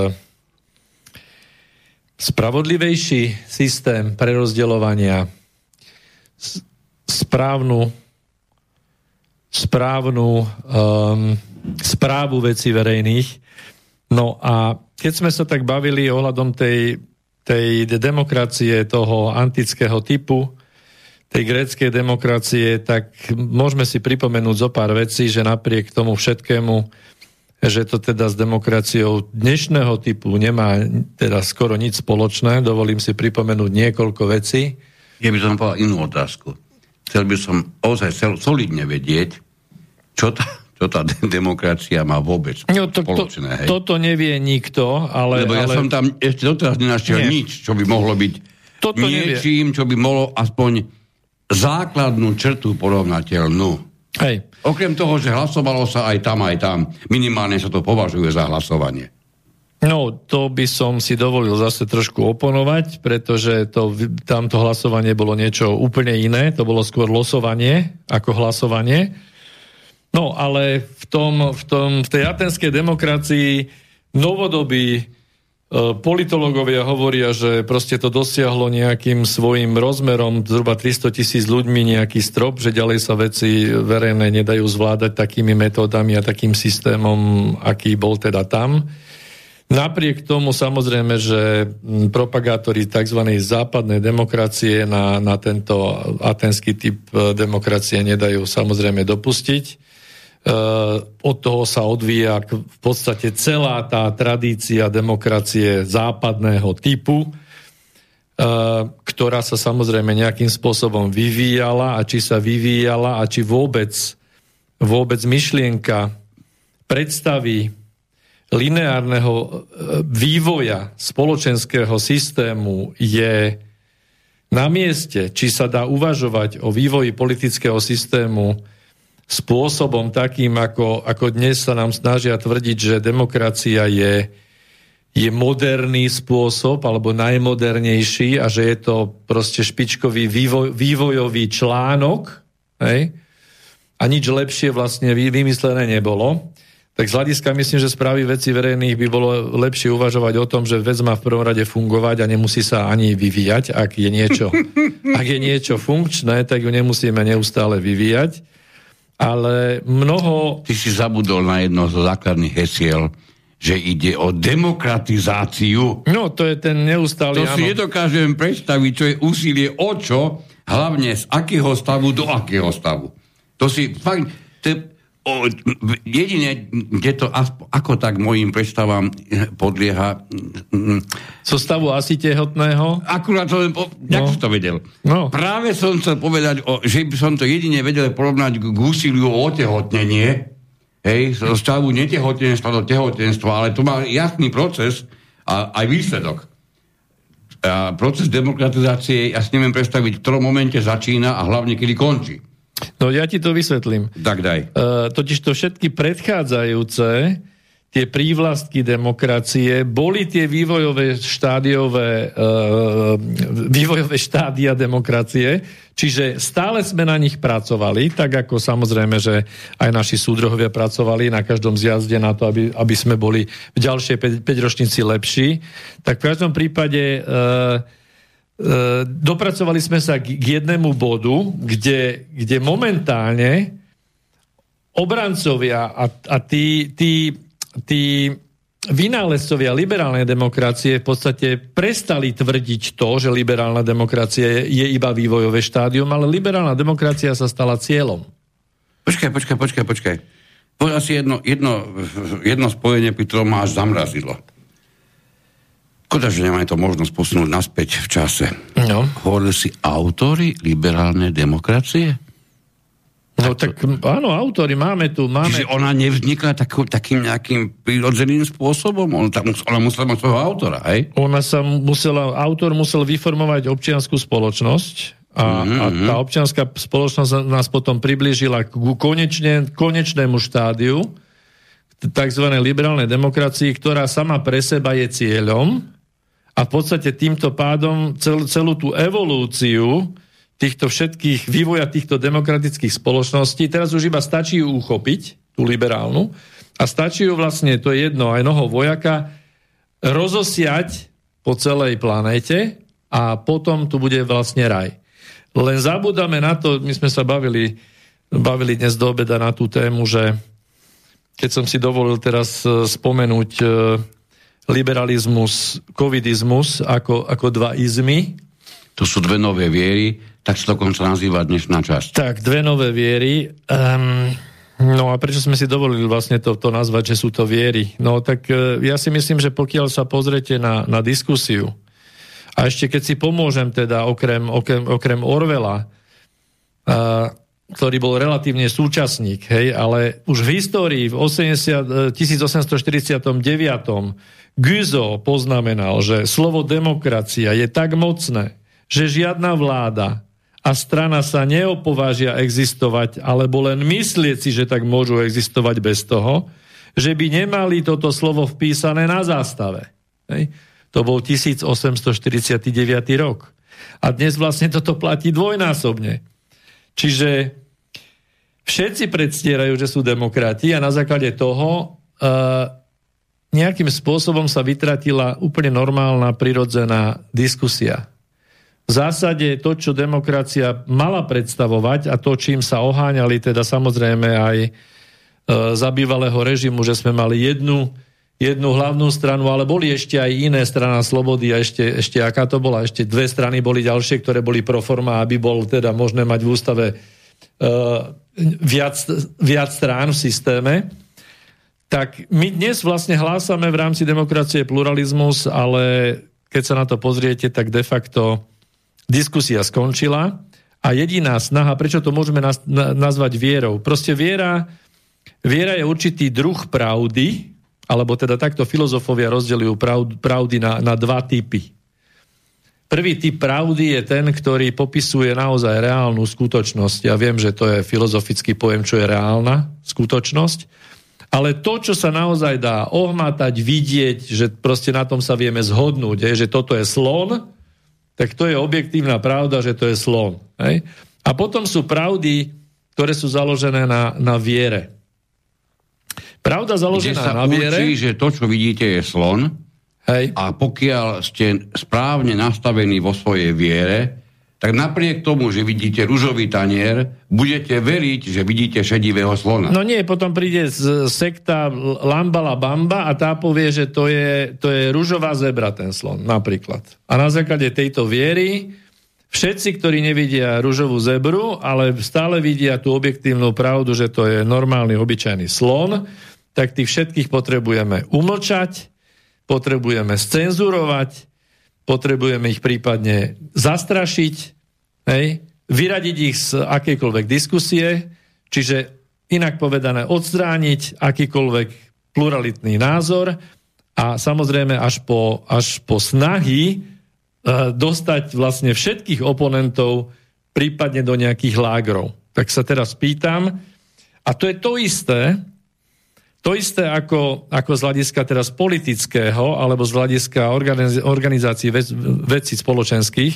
spravodlivejší systém prerozdeľovania, správnu správnu um, správu vecí verejných. No a keď sme sa tak bavili ohľadom tej, tej demokracie toho antického typu, tej gréckej demokracie, tak môžeme si pripomenúť zo pár vecí, že napriek tomu všetkému, že to teda s demokraciou dnešného typu nemá teda skoro nič spoločné, dovolím si pripomenúť niekoľko vecí. Ja by som povedal inú otázku. Chcel by som ozaj solidne vedieť, čo tá, čo tá demokracia má vôbec no, to, spoločné. Hej? To, toto nevie nikto, ale... Lebo ja ale... som tam ešte doteraz nenašiel Nie. nič, čo by mohlo byť toto niečím, nevie. Čo by mohlo aspoň základnú črtu porovnateľnú. Hej. Okrem toho, že hlasovalo sa aj tam, aj tam. Minimálne sa to považuje za hlasovanie. No, to by som si dovolil zase trošku oponovať, pretože to, tamto hlasovanie bolo niečo úplne iné. To bolo skôr losovanie ako hlasovanie. No, ale v, tom, v, tom, v tej atenskej demokracii novodobí politológovia hovoria, že proste to dosiahlo nejakým svojim rozmerom zhruba tristo tisíc ľuďmi nejaký strop, že ďalej sa veci verejné nedajú zvládať takými metódami a takým systémom, aký bol teda tam. Napriek tomu samozrejme, že propagátori tzv. Západnej demokracie na, na tento atenský typ demokracie nedajú samozrejme dopustiť. Uh, od toho sa odvíja v podstate celá tá tradícia demokracie západného typu, uh, ktorá sa samozrejme nejakým spôsobom vyvíjala a či sa vyvíjala a či vôbec, vôbec myšlienka predstavy lineárneho vývoja spoločenského systému je na mieste, či sa dá uvažovať o vývoji politického systému spôsobom takým, ako, ako dnes sa nám snažia tvrdiť, že demokracia je, je moderný spôsob, alebo najmodernejší a že je to proste špičkový vývoj, vývojový článok, hej? A nič lepšie vlastne vymyslené nebolo. Tak z hľadiska myslím, že správy veci verejných by bolo lepšie uvažovať o tom, že vec má v prvom rade fungovať a nemusí sa ani vyvíjať, ak je niečo, ak je niečo funkčné, tak ju nemusíme neustále vyvíjať. Ale mnoho... Ty si zabudol na jedno z základných hesiel, že ide o demokratizáciu. No, to je ten neustály... To si áno. nedokážem predstaviť, čo je úsilie o čo, hlavne z akého stavu do akého stavu. To si fakt... To je, o, jedine, kde to aspo, ako tak mojim predstavám podlieha... So stavu asi tehotného? Akurát to len... Po, no. Jak si to vedel? No. Práve som chcel povedať, o, že by som to jedine vedel porovnať k úsiliu o otehotnenie, hej, zo stavu netehotenstva do tehotenstva, ale to má jasný proces a aj výsledok. A proces demokratizácie, ja si neviem predstaviť, v ktorom momente začína a hlavne kedy končí. No ja ti to vysvetlím. Tak daj. Uh, totiž to všetky predchádzajúce tie prívlastky demokracie boli tie vývojové štádiové uh, vývojové štádia demokracie, čiže stále sme na nich pracovali, tak ako samozrejme, že aj naši súdruhovia pracovali na každom zjazde na to, aby, aby sme boli v ďalšej päťročnici lepší. Tak v každom prípade uh, dopracovali sme sa k jednému bodu, kde, kde momentálne obrancovia a, a tí, tí, tí vynálezcovia liberálnej demokracie v podstate prestali tvrdiť to, že liberálna demokracia je iba vývojové štádium, ale liberálna demokracia sa stala cieľom. Počkaj, počkaj, počkaj, počkaj. Povedal si jedno, jedno, jedno spojenie, pri ktorom ma až zamrazilo. Škoda, že nemáme to možnosť posunúť naspäť v čase. No. Hovorili si autori liberálnej demokracie? No tak, tak áno, autori, máme tu... Máme... Čiže ona nevznikla takú, takým nejakým prirodzeným spôsobom? Ona, tak, ona musela mať svojho autora, hej? Ona sa musela, autor musel vyformovať občiansku spoločnosť a, mm-hmm. a tá občianská spoločnosť nás potom priblížila k konečne, konečnému štádiu takzvanej liberálnej demokracii, ktorá sama pre seba je cieľom a v podstate týmto pádom cel, celú tú evolúciu týchto všetkých vývoja týchto demokratických spoločností. Teraz už iba stačí ju uchopiť, tú liberálnu, a stačí ju vlastne, to je jedno, aj noho vojaka, rozosiať po celej planéte a potom tu bude vlastne raj. Len zabúdame na to, my sme sa bavili, bavili dnes do obeda na tú tému, že keď som si dovolil teraz spomenúť liberalizmus, covidizmus ako, ako dva izmy. To sú dve nové viery, tak sa dokonca nazýva dnešná časť. Tak, dve nové viery. Um, no a prečo sme si dovolili vlastne to, to nazvať, že sú to viery? No tak uh, ja si myslím, že pokiaľ sa pozriete na, na diskusiu, a ešte keď si pomôžem teda okrem, okrem, okrem Orwella, uh, ktorý bol relatívne súčasník, hej, ale už v histórii v tisícosemstoštyridsaťdeväť Guizot poznamenal, že slovo demokracia je tak mocné, že žiadna vláda a strana sa neopovážia existovať, alebo len myslieť si, že tak môžu existovať bez toho, že by nemali toto slovo vpísané na zástave. Hej. To bol tisícosemstoštyridsaťdeväť rok. A dnes vlastne toto platí dvojnásobne. Čiže všetci predstierajú, že sú demokrati a na základe toho uh, nejakým spôsobom sa vytratila úplne normálna, prirodzená diskusia. V zásade to, čo demokracia mala predstavovať a to, čím sa oháňali, teda samozrejme aj e, za bývalého režimu, že sme mali jednu, jednu hlavnú stranu, ale boli ešte aj iné, strana slobody a ešte, ešte aká to bola, ešte dve strany boli ďalšie, ktoré boli pro forma, aby bol teda možné mať v ústave e, viac, viac strán v systéme. Tak my dnes vlastne hlásame v rámci demokracie pluralizmus, ale keď sa na to pozriete, tak de facto diskusia skončila a jediná snaha, prečo to môžeme nazvať vierou? Proste viera, viera je určitý druh pravdy, alebo teda takto filozofovia rozdeľujú pravdy na, na dva typy. Prvý typ pravdy je ten, ktorý popisuje naozaj reálnu skutočnosť. Ja viem, že to je filozofický pojem, čo je reálna skutočnosť, ale to, čo sa naozaj dá ohmatať, vidieť, že proste na tom sa vieme zhodnúť, je, že toto je slon, tak to je objektívna pravda, že to je slon. Hej? A potom sú pravdy, ktoré sú založené na, na viere. Pravda založená Kde sa na viere... určí, že to, čo vidíte, je slon. Hej. A pokiaľ ste správne nastavení vo svojej viere, tak napriek tomu, že vidíte ružový tanier, budete veriť, že vidíte šedivého slona. No nie, potom príde z sekta Lambala Bamba a tá povie, že to je, to je ružová zebra, ten slon, napríklad. A na základe tejto viery všetci, ktorí nevidia ružovú zebru, ale stále vidia tú objektívnu pravdu, že to je normálny, obyčajný slon, tak tých všetkých potrebujeme umlčať, potrebujeme scenzurovať, potrebujeme ich prípadne zastrašiť, hej, vyradiť ich z akejkoľvek diskusie, čiže inak povedané odstrániť akýkoľvek pluralitný názor a samozrejme až po, až po snahy e, dostať vlastne všetkých oponentov prípadne do nejakých lágrov. Tak sa teraz pýtam, a to je to isté, To isté ako, ako z hľadiska teraz politického alebo z hľadiska organiz, organizácií vec, vecí spoločenských,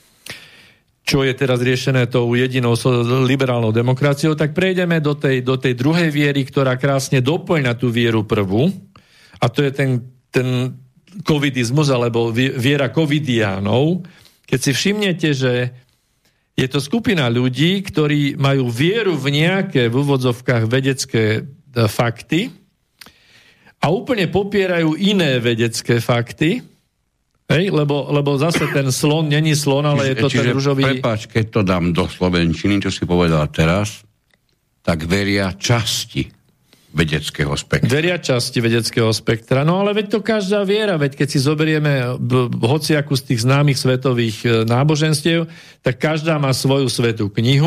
čo je teraz riešené tou jedinou liberálnou demokraciou, tak prejdeme do tej, do tej druhej viery, ktorá krásne doplňa tú vieru prvú, a to je ten, ten covidizmus alebo viera covidiánov. Keď si všimnete, že je to skupina ľudí, ktorí majú vieru v nejaké v úvodzovkách vedecké fakty a úplne popierajú iné vedecké fakty, hej, lebo, lebo zase ten slon není slon, ale je to Čiže, ten ružový... Prepáč, keď to dám do slovenčiny, čo si povedal teraz, tak veria časti vedeckého spektra. Veria časti vedeckého spektra. No ale veď to každá viera, veď keď si zoberieme hociakú z tých známych svetových náboženstiev, tak každá má svoju svätú knihu,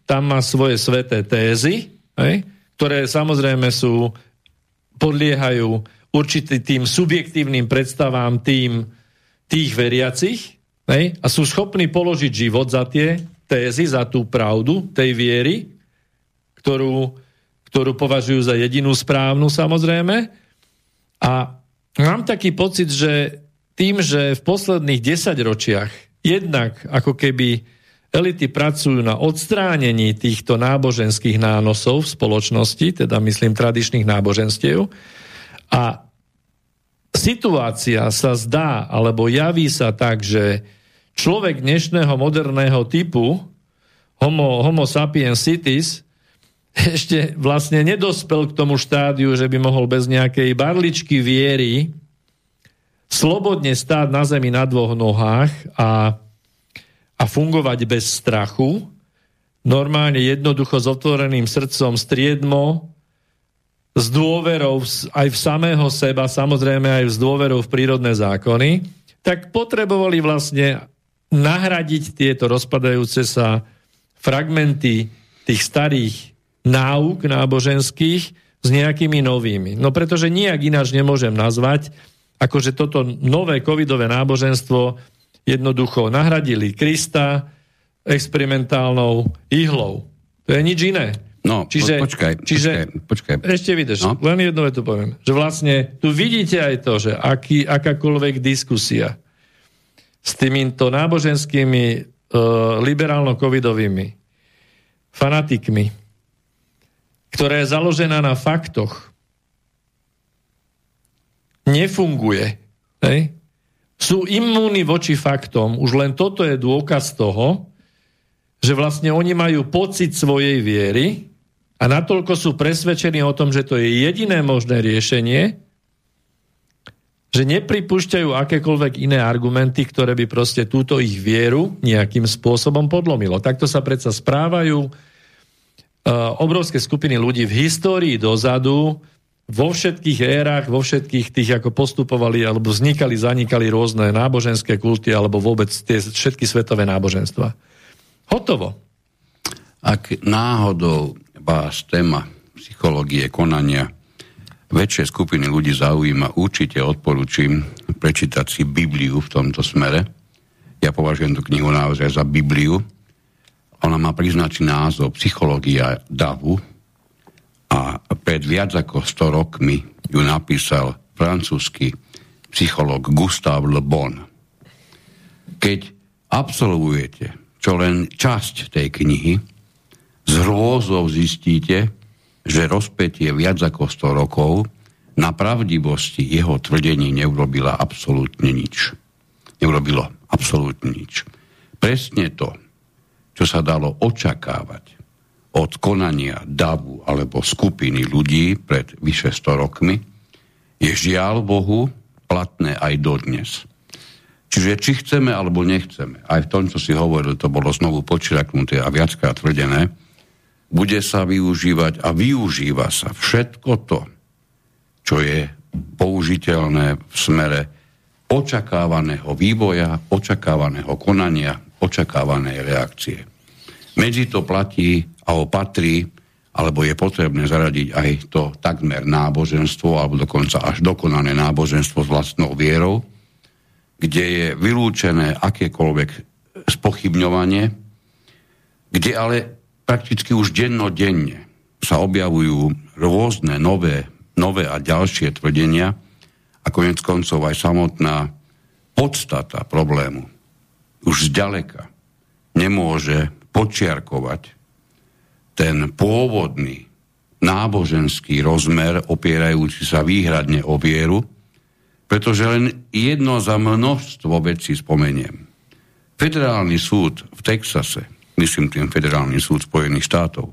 tam má svoje sveté tézy, hej, ktoré samozrejme sú, podliehajú určitým tým subjektívnym predstavám tým, tých veriacich, hej, a sú schopní položiť život za tie tézy, za tú pravdu tej viery, ktorú, ktorú považujú za jedinú správnu samozrejme. A mám taký pocit, že tým, že v posledných desaťročiach jednak ako keby elity pracujú na odstránení týchto náboženských nánosov v spoločnosti, teda myslím tradičných náboženstiev, a situácia sa zdá, alebo javí sa tak, že človek dnešného moderného typu, homo, homo sapiens sitis, ešte vlastne nedospel k tomu štádiu, že by mohol bez nejakej barličky viery slobodne stáť na zemi na dvoch nohách a, a fungovať bez strachu, normálne jednoducho s otvoreným srdcom, striedmo, s dôverou aj v samého seba, samozrejme aj s dôverou v prírodné zákony, tak potrebovali vlastne nahradiť tieto rozpadajúce sa fragmenty tých starých náuk náboženských s nejakými novými. No pretože nijak ináč nemôžem nazvať, akože toto nové covidové náboženstvo jednoducho nahradili Krista experimentálnou ihlou. To je nič iné. No, čiže, počkaj, čiže, počkaj, počkaj. Ešte vydrž, no? Len jedno vetu poviem. Že vlastne tu vidíte aj to, že aký, akákoľvek diskusia s týmito náboženskými e, liberálno-covidovými fanatikmi, ktorá je založená na faktoch, nefunguje. Hej? Sú imúni voči faktom. Už len toto je dôkaz toho, že vlastne oni majú pocit svojej viery a natoľko sú presvedčení o tom, že to je jediné možné riešenie, že nepripúšťajú akékoľvek iné argumenty, ktoré by proste túto ich vieru nejakým spôsobom podlomilo. Takto sa predsa správajú uh, obrovské skupiny ľudí v histórii dozadu, vo všetkých érach, vo všetkých tých, ako postupovali, alebo vznikali, zanikali rôzne náboženské kulty, alebo vôbec tie všetky svetové náboženstva. Hotovo. Ak náhodou vás téma psychológie, konania väčšie skupiny ľudí zaujíma, určite odporúčim prečítať si Bibliu v tomto smere. Ja považujem tú knihu naozaj za Bibliu. Ona má priznačný názov Psychológia davu a pred viac ako sto rokmi ju napísal francúzsky psychológ Gustave Le Bon. Keď absolvujete čo len časť tej knihy, z hrôzou zistíte, že rozpätie viac ako sto rokov na pravdivosti jeho tvrdení neurobila absolútne nič. Neurobilo absolútne nič. Presne to, čo sa dalo očakávať od konania davu alebo skupiny ľudí pred vyše sto rokmi, je žiaľ Bohu platné aj dodnes. Čiže či chceme alebo nechceme, aj v tom, čo si hovoril, to bolo znovu počiarknuté a viackrát tvrdené, bude sa využívať a využíva sa všetko to, čo je použiteľné v smere očakávaného vývoja, očakávaného konania, očakávanej reakcie. Medzi to platí a opatrí, alebo je potrebné zaradiť aj to takmer náboženstvo, alebo dokonca až dokonané náboženstvo s vlastnou vierou, kde je vylúčené akékoľvek spochybňovanie, kde ale prakticky už dennodenne sa objavujú rôzne nové, nové a ďalšie tvrdenia a koniec koncov aj samotná podstata problému už zďaleka nemôže počiarkovať ten pôvodný náboženský rozmer opierajúci sa výhradne o vieru, pretože len jedno za množstvo vecí spomeniem. Federálny súd v Texase, myslím tým Federálny súd Spojených štátov,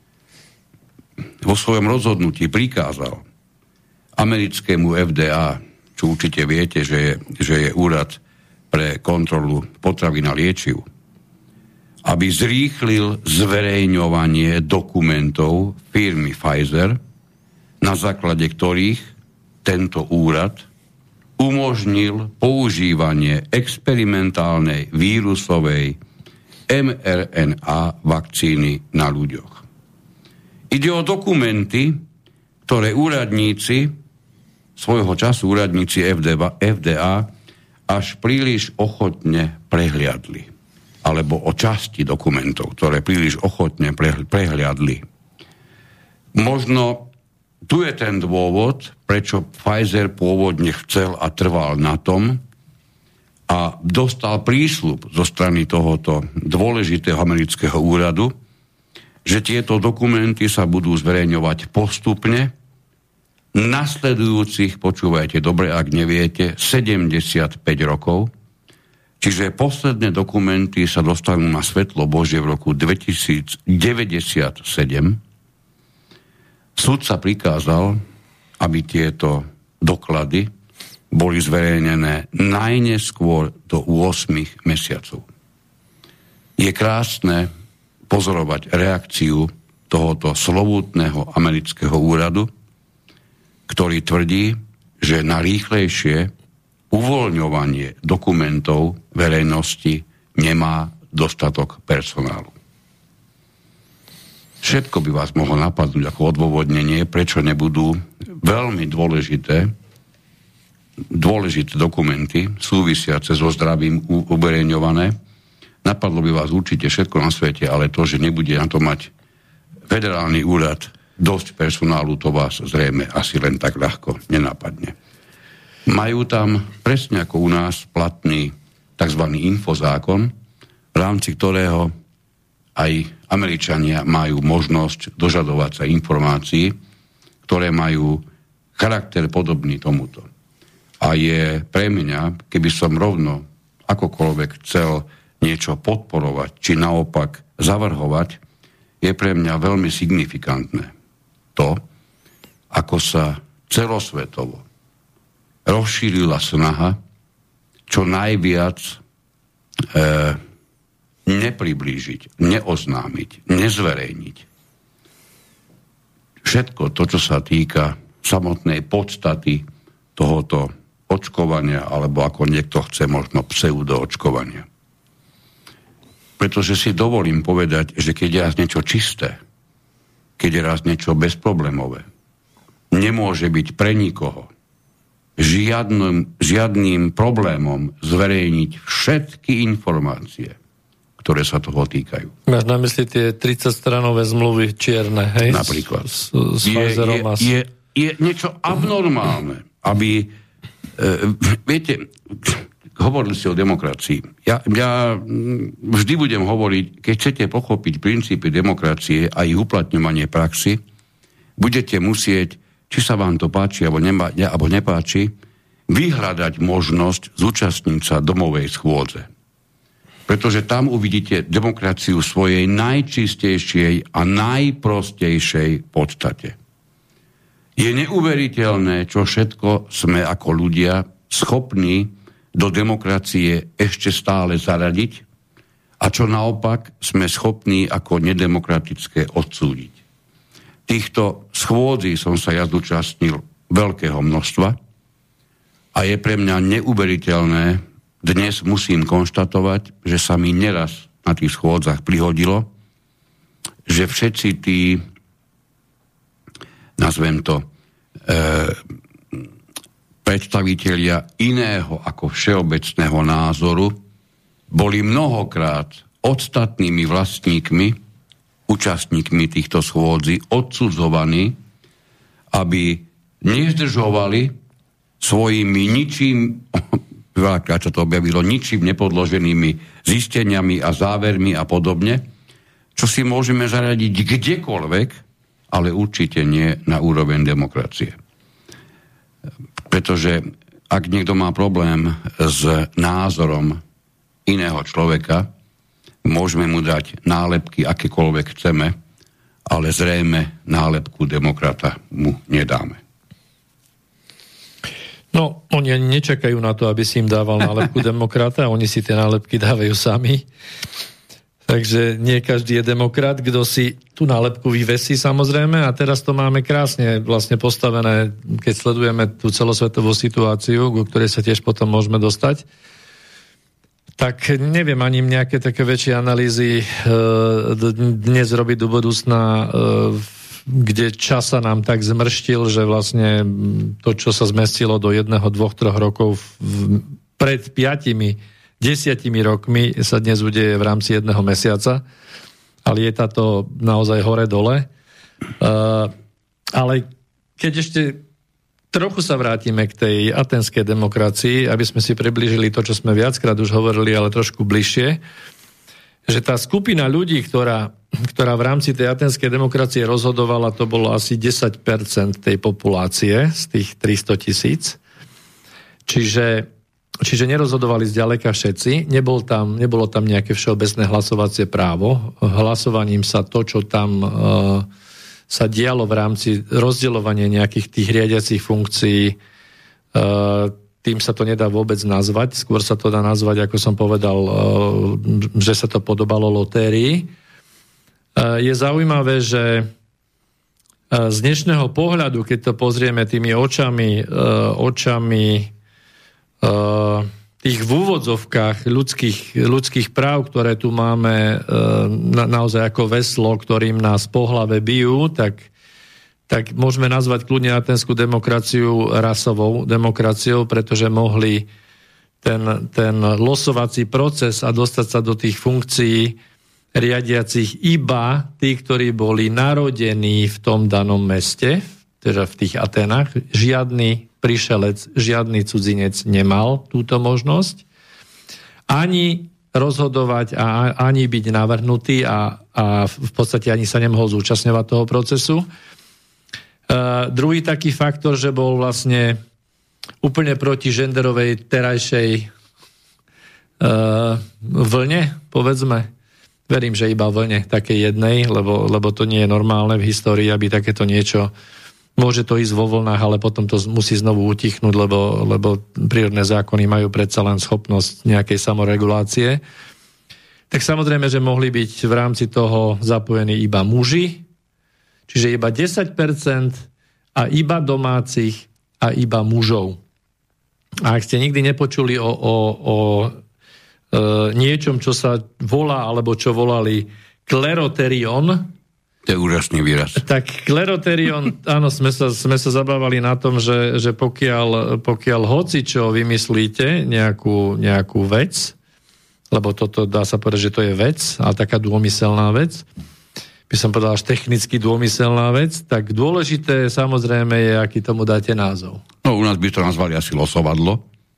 vo svojom rozhodnutí prikázal americkému F D A, čo určite viete, že je, že je úrad pre kontrolu potravín a liečiv, aby zrýchlil zverejňovanie dokumentov firmy Pfizer, na základe ktorých tento úrad umožnil používanie experimentálnej vírusovej em er en á vakcíny na ľuďoch. Ide o dokumenty, ktoré úradníci, svojho času úradníci ef dé á, až príliš ochotne prehliadli. Alebo o časti dokumentov, ktoré príliš ochotne prehliadli. Možno tu je ten dôvod, prečo Pfizer pôvodne chcel a trval na tom a dostal prísľub zo strany tohoto dôležitého amerického úradu, že tieto dokumenty sa budú zverejňovať postupne nasledujúcich, počúvajte dobre, ak neviete, sedemdesiatpäť rokov, čiže posledné dokumenty sa dostanú na svetlo Božie v roku dvetisícdeväťdesiatsedem. Súd sa prikázal, aby tieto doklady boli zverejnené najneskôr do ôsmich mesiacov. Je krásne pozorovať reakciu tohoto slovútneho amerického úradu, ktorý tvrdí, že na rýchlejšie uvoľňovanie dokumentov verejnosti nemá dostatok personálu. Všetko by vás mohlo napadnúť ako odôvodnenie, prečo nebudú veľmi dôležité, dôležité dokumenty súvisiace so zdravím uverejňované. Napadlo by vás určite všetko na svete, ale to, že nebude na to mať federálny úrad dosť personálu, to vás zrejme asi len tak ľahko nenapadne. Majú tam, presne ako u nás, platný tzv. Infozákon, v rámci ktorého aj Američania majú možnosť dožadovať sa informácií, ktoré majú charakter podobný tomuto. A je pre mňa, keby som rovno akokoľvek chcel niečo podporovať, či naopak zavrhovať, je pre mňa veľmi signifikantné to, ako sa celosvetovo rozšírila snaha čo najviac e, nepriblížiť, neoznámiť, nezverejniť všetko to, čo sa týka samotnej podstaty tohoto očkovania, alebo ako niekto chce, možno pseudoočkovania. Pretože si dovolím povedať, že keď je raz niečo čisté, keď je raz niečo bezproblémové, nemôže byť pre nikoho žiadnym, žiadnym problémom zverejniť všetky informácie, ktoré sa toho týkajú. Máš na mysli tie tridsaťstranové zmluvy čierne, hej? Napríklad. S, s je, je, je, je niečo abnormálne, aby... E, viete, hovorili ste o demokracii. Ja, ja vždy budem hovoriť, keď chcete pochopiť princípy demokracie a ich uplatňovanie praxi, budete musieť, či sa vám to páči alebo, nema, alebo nepáči, vyhľadať možnosť zúčastniť sa domovej schôdze. Pretože tam uvidíte demokraciu svojej najčistejšej a najprostejšej podstate. Je neuveriteľné, čo všetko sme ako ľudia schopní do demokracie ešte stále zaradiť a čo naopak sme schopní ako nedemokratické odsúdiť. Týchto schôdzí som sa ja zúčastnil veľkého množstva a je pre mňa neuveriteľné. Dnes musím konštatovať, že sa mi neraz na tých schôdzach prihodilo, že všetci tí, nazvem to, e, predstavitelia iného ako všeobecného názoru boli mnohokrát ostatnými vlastníkmi, účastníkmi týchto schôdzí odsudzovaní, aby nezdržovali svojimi ničím... veľakrát sa to objavilo, ničím nepodloženými zisteniami a závermi a podobne, čo si môžeme zaradiť kdekoľvek, ale určite nie na úroveň demokracie. Pretože ak niekto má problém s názorom iného človeka, môžeme mu dať nálepky akékoľvek chceme, ale zrejme nálepku demokrata mu nedáme. No, oni ani nečakajú na to, aby si im dával nálepku demokrata, oni si tie nálepky dávajú sami. Takže nie každý je demokrat, kto si tú nálepku vyvesí samozrejme a teraz to máme krásne vlastne postavené, keď sledujeme tú celosvetovú situáciu, ku ktorej sa tiež potom môžeme dostať. tak neviem ani nejaké také väčšie analýzy dnes robiť do budúcna, kde čas sa nám tak zmrštil, že vlastne to, čo sa zmestilo do jedného, dvoch, troch rokov pred piatimi, desiatimi rokmi, sa dnes udeje v rámci jedného mesiaca. Ale je táto naozaj hore-dole. Ale keď ešte trochu sa vrátime k tej aténskej demokracii, aby sme si priblížili to, čo sme viackrát už hovorili, ale trošku bližšie, že tá skupina ľudí, ktorá, ktorá v rámci tej aténskej demokracie rozhodovala, to bolo asi desať percent tej populácie z tých tristo tisíc. Čiže, čiže nerozhodovali zďaleka všetci. Nebol tam, nebolo tam nejaké všeobecné hlasovacie právo. Hlasovaním sa to, čo tam uh, sa dialo v rámci rozdeľovania nejakých tých riadiacich funkcií, uh, tým sa to nedá vôbec nazvať. Skôr sa to dá nazvať, ako som povedal, že sa to podobalo lotérii. Je zaujímavé, že z dnešného pohľadu, keď to pozrieme tými očami, očami tých v úvodzovkách ľudských, ľudských práv, ktoré tu máme naozaj ako veslo, ktorým nás po hlave bijú, tak tak môžeme nazvať kľudne aténskú demokraciu rasovou demokraciou, pretože mohli ten, ten losovací proces a dostať sa do tých funkcií riadiacich iba tí, ktorí boli narodení v tom danom meste, teda v tých Aténach. Žiadny prišelec, žiadny cudzinec nemal túto možnosť. Ani rozhodovať a ani byť navrhnutý a, a v podstate ani sa nemohol zúčastňovať toho procesu. Uh, druhý taký faktor, že bol vlastne úplne proti genderovej terajšej uh, vlne, povedzme. Verím, že iba vlne takej jednej, lebo, lebo to nie je normálne v histórii, aby takéto niečo, môže to ísť vo vlnách, ale potom to musí znovu utichnúť, lebo, lebo prírodné zákony majú predsa len schopnosť nejakej samoregulácie. Tak samozrejme, že mohli byť v rámci toho zapojení iba muži, čiže iba desať percent a iba domácich a iba mužov. A ak ste nikdy nepočuli o, o, o e, niečom, čo sa volá, alebo čo volali kleroterion, to je úžasný výraz. Tak kleroterion, áno, sme sa, sme sa zabávali na tom, že, že pokiaľ, pokiaľ hocičo vymyslíte nejakú, nejakú vec, lebo toto dá sa povedať, že to je vec, ale taká dômyselná vec, by som povedal až technicky dômyselná vec, tak dôležité samozrejme je, aký tomu dáte názov. No u nás by to nazvali asi losovadlo.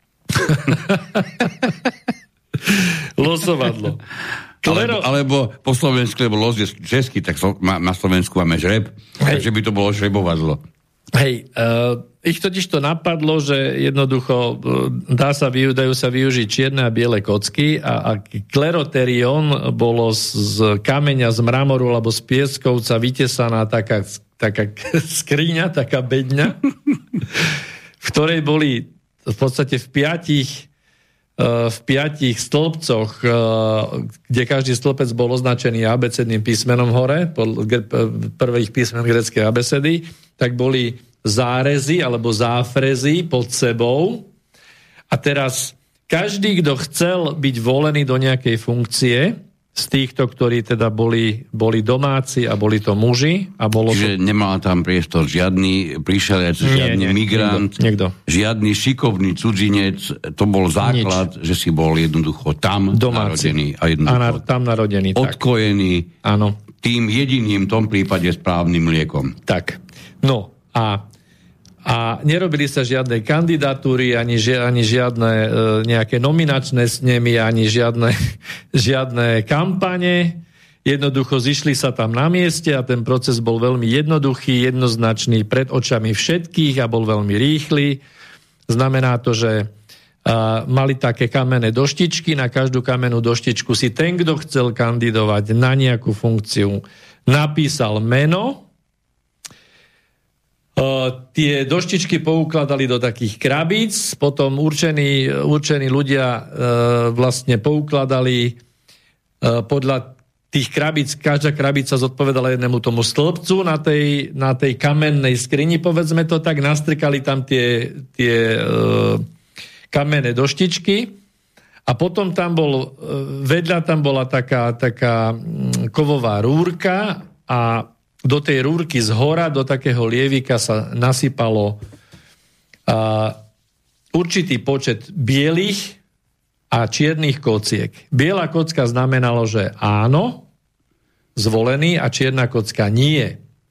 Losovadlo. Klero... Alebo, alebo po slovensku, lebo los je český, tak so, ma, na Slovensku máme žreb, Hej. takže by to bolo žrebovadlo. Hej, uh, ich totiž to napadlo, že jednoducho dá sa, dajú sa využiť čierne a biele kocky a, a kleroterion bolo z, z kameňa, z mramoru alebo z pieskovca vytesaná taká, taká skriňa, taká bedňa, v ktorej boli v podstate v piatich v piatich stĺpcoch, kde každý stĺpec bol označený abecedným písmenom hore, prvých písmen gréckej abecedy, tak boli zárezy alebo záfrezy pod sebou. A teraz každý, kto chcel byť volený do nejakej funkcie, z týchto, ktorí teda boli, boli domáci a boli to muži. A bolo Čiže to... nemal tam priestor žiadny prišelec, žiadny nie, nie, migrant, niekto, niekto. žiadny šikovný cudzinec. To bol základ, Nič. že si bol jednoducho tam domáci. narodený. A jednoducho a na, tam narodený. odkojený Áno. tým jediným, v tom prípade správnym mliekom. Tak. No a A nerobili sa žiadne kandidatúry, ani, ži, ani žiadne e, nejaké nominačné snemy, ani žiadne, žiadne kampane. Jednoducho zišli sa tam na mieste a ten proces bol veľmi jednoduchý, jednoznačný, pred očami všetkých a bol veľmi rýchly. Znamená to, že e, mali také kamenné doštičky, na každú kamennú doštičku si ten, kto chcel kandidovať na nejakú funkciu, napísal meno. Uh, tie doštičky poukladali do takých krabíc, potom určení, určení ľudia uh, vlastne poukladali uh, podľa tých krabíc, každá krabica zodpovedala jednému tomu stĺpcu na tej, na tej kamennej skrini, povedzme to tak, nastrkali tam tie, tie uh, kamenné doštičky A potom tam bol, vedľa tam bola taká, taká kovová rúrka a do tej rúrky z hora, do takého lievika sa nasypalo a, určitý počet bielých a čiernych kociek. Biela kocka znamenalo, že áno, zvolený, a čierna kocka nie.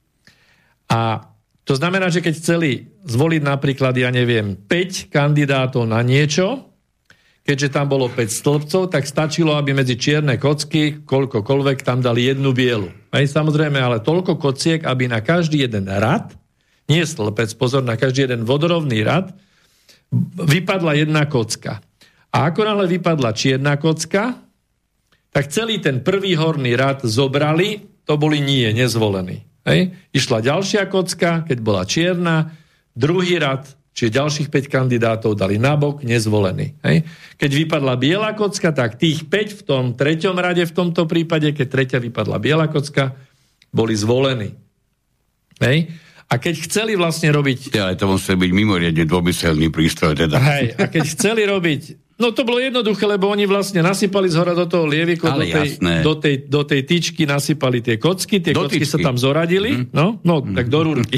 A to znamená, že keď chceli zvoliť napríklad, ja neviem, päť kandidátov na niečo, keďže tam bolo päť stĺpcov, tak stačilo, aby medzi čierne kocky, koľkokoľvek, tam dali jednu bielu. Hej, samozrejme, ale toľko kociek, aby na každý jeden rad, nie stĺpec, pozor, na každý jeden vodorovný rad, vypadla jedna kocka. A ako náhle vypadla čierna kocka, tak celý ten prvý horný rad zobrali, to boli nie, nezvolení. Hej. Išla ďalšia kocka, keď bola čierna, druhý rad, čiže ďalších päť kandidátov dali nabok, nezvolení. Hej. Keď vypadla biela kocka, tak tých päť v tom treťom rade v tomto prípade, keď tretia vypadla biela kocka, boli zvolení. Hej. A keď chceli vlastne robiť... Ja, ale to musel byť mimoriadne dvomyselný prístroj. Teda. Hej, a keď chceli robiť... No to bolo jednoduché, lebo oni vlastne nasypali zhora do toho lieviku, do tej, do, tej, do tej tyčky nasypali tie kocky, tie do kocky tyčky sa tam zoradili, mm-hmm. no, no mm-hmm. tak do rúrky.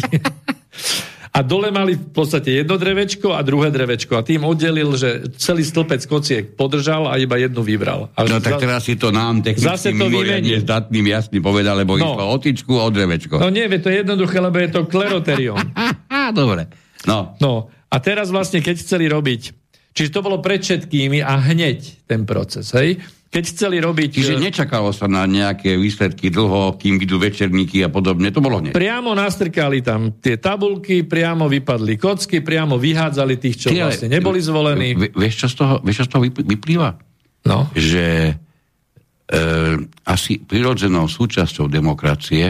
A dole mali v podstate jedno drevečko a druhé drevečko. A tým oddelil, že celý stĺpec kociek podržal a iba jednu vybral. A no tak teraz si to nám technicky mimoriadne zdatným jasný povedal, lebo no. išlo o tyčku a o drevečko. No nie, to je jednoduché, lebo je to kleroterium. Dobre. No. no. A teraz vlastne, keď chceli robiť, čiže to bolo pred všetkými a hneď ten proces, hej? Keď chceli robiť... Čiže nečakalo sa na nejaké výsledky dlho, kým idú večerníky a podobne, to bolo hneď. Priamo nastrkali tam tie tabulky, priamo vypadli kocky, priamo vyhádzali tých, čo Ty, vlastne neboli zvolení. Vieš, čo z toho, vieš, čo z toho vyplýva? No. Že e, asi prirodzenou súčasťou demokracie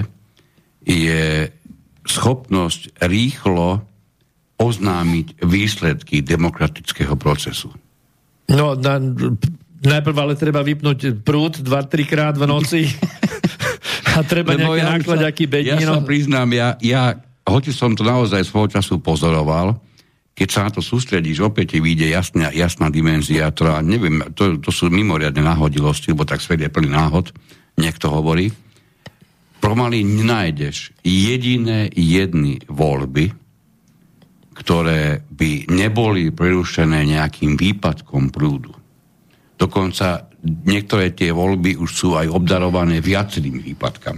je schopnosť rýchlo oznámiť výsledky demokratického procesu. No, na, najprv ale treba vypnúť prúd dva tri krát v noci a treba Lebo nejaké ja nákladaky bední. Ja sa priznám, ja, ja, hoci som to naozaj svojho času pozoroval, keď sa na to sústredíš, opäť ti vyjde jasná, jasná dimenzia, ktorá, neviem, to, to sú mimoriadne náhodilosti, lebo tak svet je plný náhod, niekto hovorí. Pomaly nenájdeš jediné jedny voľby, ktoré by neboli prerušené nejakým výpadkom prúdu. Dokonca niektoré tie voľby už sú aj obdarované viacerými výpadkami.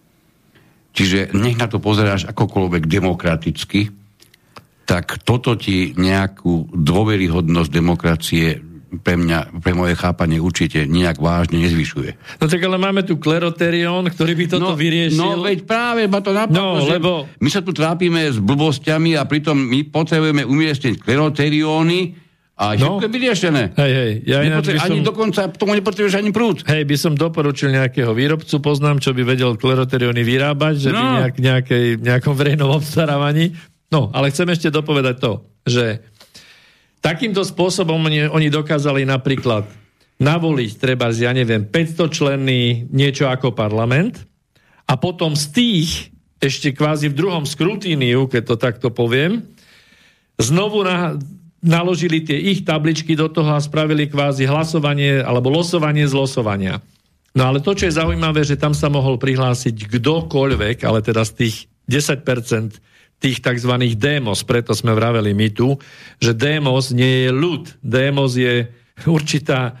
Čiže nech na to pozeráš akokoľvek demokraticky, tak toto ti nejakú dôveryhodnosť demokracie pre mňa, pre moje chápanie určite nejak vážne nezvyšuje. No tak ale máme tu kleroterión, ktorý by toto no, vyriešil. No veď práve ma to napadlo, no, lebo... my sa tu trápime s blbosťami a pritom my potrebujeme umiestniť kleroterióny a no. všetko je vyriešené. Hej, hej. Ja Nepotre- som... Ani dokonca tomu nepotrebuješ ani prúd. Hej, by som doporučil nejakého výrobcu, poznám, čo by vedel kleroterióny vyrábať, že no. by nejak, nejakej, nejakom verejnom obstarávaní. No, ale chcem ešte dopovedať to, že takýmto spôsobom oni, oni dokázali napríklad navoliť treba, ja neviem, päťsto členný niečo ako parlament a potom z tých ešte kvázi v druhom skrutíniu, keď to takto poviem, znovu na, naložili tie ich tabličky do toho a spravili kvázi hlasovanie alebo losovanie z losovania. No ale to, čo je zaujímavé, že tam sa mohol prihlásiť kdokoľvek, ale teda z tých desať percent tých tzv. Démos, preto sme vraveli my tu, že démos nie je ľud. Démos je určitá e,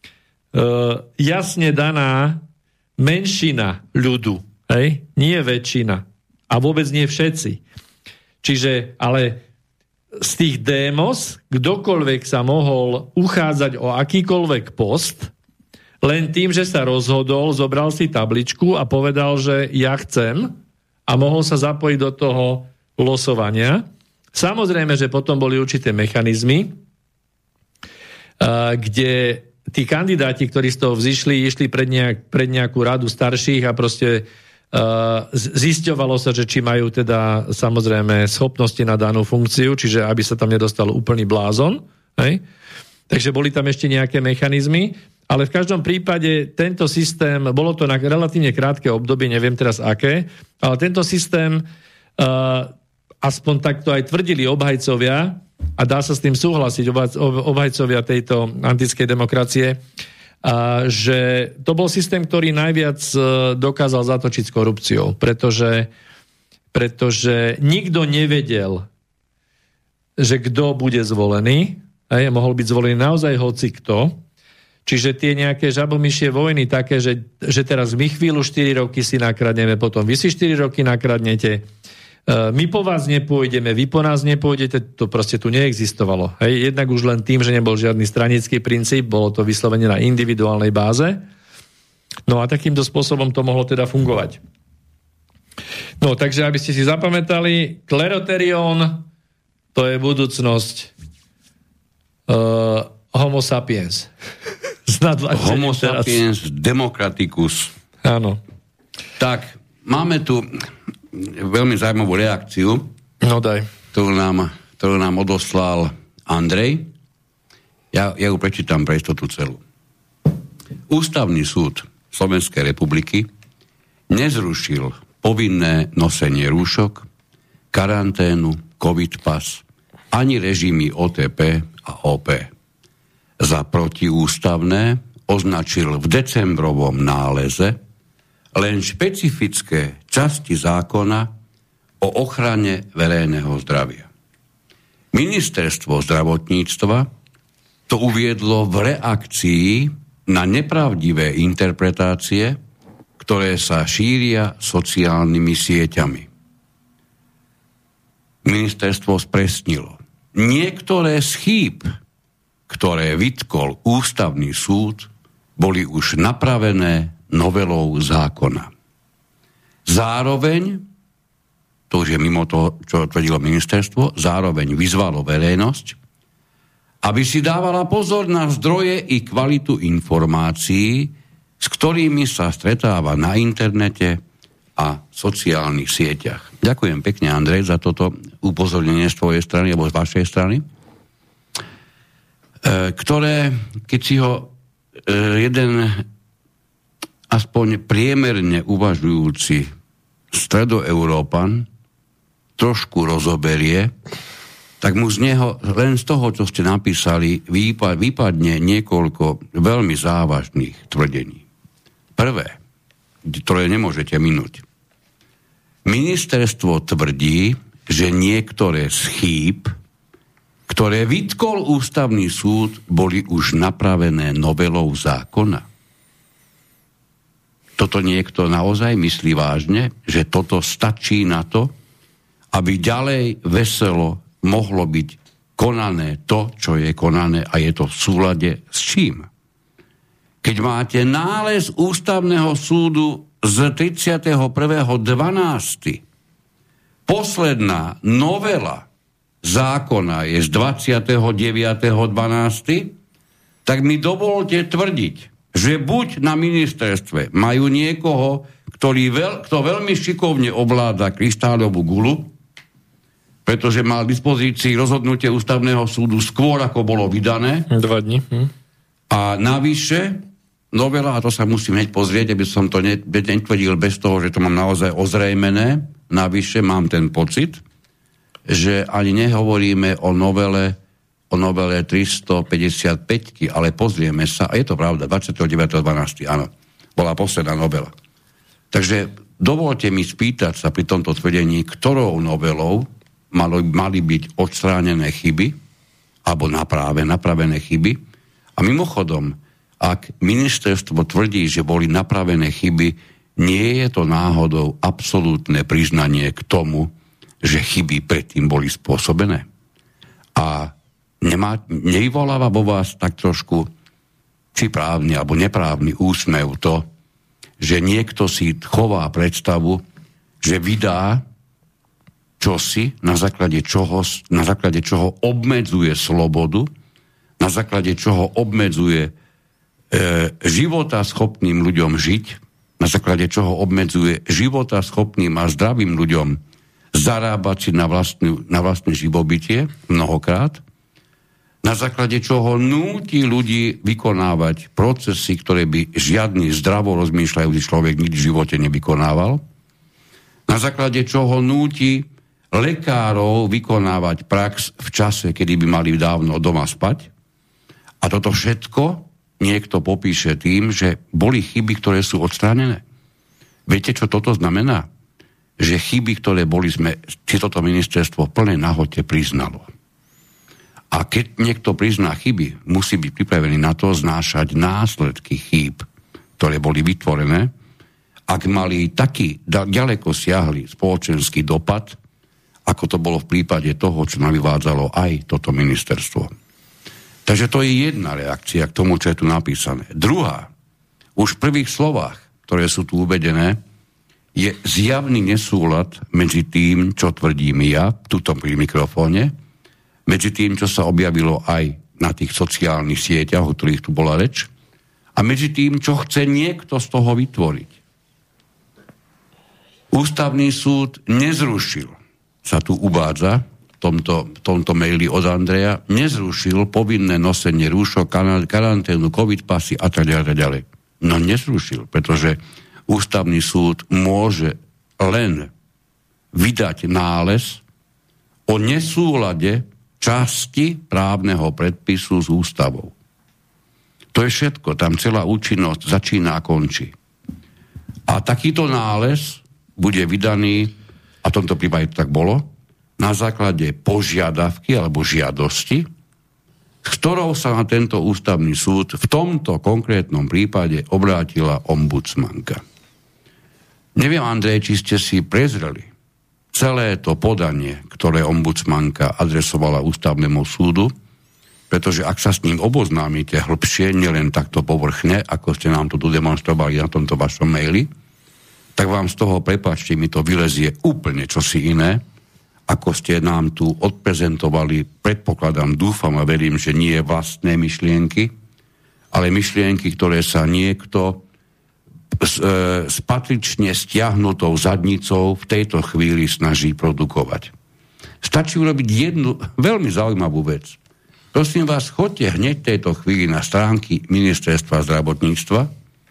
jasne daná menšina ľudu. Hej? Nie väčšina. A vôbec nie všetci. Čiže, ale z tých démos, kdokoľvek sa mohol uchádzať o akýkoľvek post, len tým, že sa rozhodol, zobral si tabličku a povedal, že ja chcem a mohol sa zapojiť do toho losovania. Samozrejme, že potom boli určité mechanizmy, kde tí kandidáti, ktorí z toho vzýšli, išli pred, nejak, pred nejakú radu starších a proste zisťovalo sa, že či majú teda samozrejme schopnosti na danú funkciu, čiže aby sa tam nedostal úplný blázon. Hej? Takže boli tam ešte nejaké mechanizmy, ale v každom prípade tento systém, bolo to na relatívne krátke obdobie, neviem teraz aké, ale tento systém uh, aspoň takto aj tvrdili obhajcovia, a dá sa s tým súhlasiť, obhajcovia tejto antickej demokracie, a že to bol systém, ktorý najviac dokázal zatočiť s korupciou, pretože, pretože nikto nevedel, že kto bude zvolený, hej, mohol byť zvolený naozaj hoci kto. Čiže tie nejaké žabomyšie vojny také, že, že teraz my chvíľu štyri roky si nakradneme, potom vy si štyri roky nakradnete, my po vás nepôjdeme, vy po nás nepôjdete, to proste tu neexistovalo. Hej, jednak už len tým, že nebol žiadny stranický princíp, bolo to vyslovene na individuálnej báze. No a takýmto spôsobom to mohlo teda fungovať. No, takže aby ste si zapamätali, Kleroterion, to je budúcnosť uh, Homo sapiens. Homo sapiens teraz. Democraticus. Áno. Tak, máme tu veľmi zaujímavú reakciu, no daj. Ktorú, nám, ktorú nám odoslal Andrej. Ja, ja ju prečítam pre istotu celú. Ústavný súd Slovenskej republiky nezrušil povinné nosenie rúšok, karanténu, covid pas, ani režimy ó té pé a ó pé. Za protiústavné označil v decembrovom náleze len špecifické časti zákona o ochrane verejného zdravia. Ministerstvo zdravotníctva to uviedlo v reakcii na nepravdivé interpretácie, ktoré sa šíria sociálnymi sieťami. Ministerstvo spresnilo. Niektoré z chýb, ktoré vytkol ústavný súd, boli už napravené novelou zákona. Zároveň, to už je mimo toho, čo tvrdilo ministerstvo, zároveň vyzvalo verejnosť, aby si dávala pozor na zdroje i kvalitu informácií, s ktorými sa stretáva na internete a sociálnych sieťach. Ďakujem pekne, Andrej, za toto upozornenie z tvojej strany alebo z vašej strany, ktoré, keď si ho jeden aspoň priemerne uvažujúci stredoeurópan trošku rozoberie, tak mu z neho, len z toho, čo ste napísali, vypadne niekoľko veľmi závažných tvrdení. Prvé, ktoré nemôžete minúť. Ministerstvo tvrdí, že niektoré z chýb, ktoré vytkol ústavný súd, boli už napravené novelou zákona. Toto niekto naozaj myslí vážne, že toto stačí na to, aby ďalej veselo mohlo byť konané to, čo je konané a je to v súlade s čím? Keď máte nález ústavného súdu z tridsiateho prvého decembra, posledná novela zákona je z dvadsiateho deviateho decembra, tak mi dovolte tvrdiť, že buď na ministerstve majú niekoho, ktorý veľ, kto veľmi šikovne ovláda kryštáľovú gulu, pretože mal v dispozícii rozhodnutie ústavného súdu skôr, ako bolo vydané. Dva dni. Hm. A navyše, novela, a to sa musím hneď pozrieť, aby som to netvrdil bez toho, že to mám naozaj ozrejmené, navyše mám ten pocit, že ani nehovoríme o novele o novele tristopäťdesiatpäť, ale pozrieme sa, a je to pravda, dvadsiateho deviateho decembra, áno, bola posledná novela. Takže dovolte mi spýtať sa pri tomto tvrdení, ktorou novelou mali, mali byť odstránené chyby, alebo napráve, napravené chyby. A mimochodom, ak ministerstvo tvrdí, že boli napravené chyby, nie je to náhodou absolútne priznanie k tomu, že chyby predtým boli spôsobené. A Nemá, nevyvoláva vo vás tak trošku či právny alebo neprávny úsmev to, že niekto si chová predstavu, že vydá čosi, na základe čoho, na základe čoho obmedzuje slobodu, na základe čoho obmedzuje e, života schopným ľuďom žiť, na základe čoho obmedzuje života schopným a zdravým ľuďom zarábať si na, vlastnú, na vlastné živobytie mnohokrát, na základe čoho núti ľudí vykonávať procesy, ktoré by žiadny zdravo rozmýšľajúci človek nikdy v živote nevykonával, na základe čoho núti, lekárov vykonávať prax v čase, kedy by mali dávno doma spať. A toto všetko niekto popíše tým, že boli chyby, ktoré sú odstránené. Viete, čo toto znamená? Že chyby, ktoré boli, sme, či toto ministerstvo v plnej nahote priznalo. A keď niekto prizná chyby, musí byť pripravený na to znášať následky chýb, ktoré boli vytvorené, ak mali taký ďaleko siahly spoločenský dopad, ako to bolo v prípade toho, čo navyvádzalo aj toto ministerstvo. Takže to je jedna reakcia k tomu, čo je tu napísané. Druhá, už v prvých slovách, ktoré sú tu uvedené, je zjavný nesúlad medzi tým, čo tvrdím ja, tuto pri mikrofóne, medzi tým, čo sa objavilo aj na tých sociálnych sieťach, o ktorých tu bola reč, a medzi tým, čo chce niekto z toho vytvoriť. Ústavný súd nezrušil, sa tu uvádza v tomto, v tomto maili od Andreja, nezrušil povinné nosenie rúšok, karanténu, covid pasy a tak ďalej, ďalej. No nezrušil, pretože Ústavný súd môže len vydať nález o nesúlade časti právneho predpisu s ústavou. To je všetko, tam celá účinnosť začína a končí. A takýto nález bude vydaný, a v tomto prípade tak bolo, na základe požiadavky alebo žiadosti, s ktorou sa na tento ústavný súd v tomto konkrétnom prípade obrátila ombudsmanka. Neviem, Andrej, či ste si prezreli celé to podanie, ktoré ombudsmanka adresovala ústavnému súdu, pretože ak sa s ním oboznámite hlbšie, nielen takto povrchne, ako ste nám to tu demonstrovali na tomto vašom maili, tak vám z toho, prepáčte, mi to vylezie úplne čosi iné, ako ste nám tu odprezentovali, predpokladám, dúfam a verím, že nie vlastné myšlienky, ale myšlienky, ktoré sa niekto s, e, s patrične stiahnutou zadnicou v tejto chvíli snaží produkovať. Stačí urobiť jednu veľmi zaujímavú vec. Prosím vás, choďte hneď v tejto chvíli na stránky Ministerstva zdravotníctva.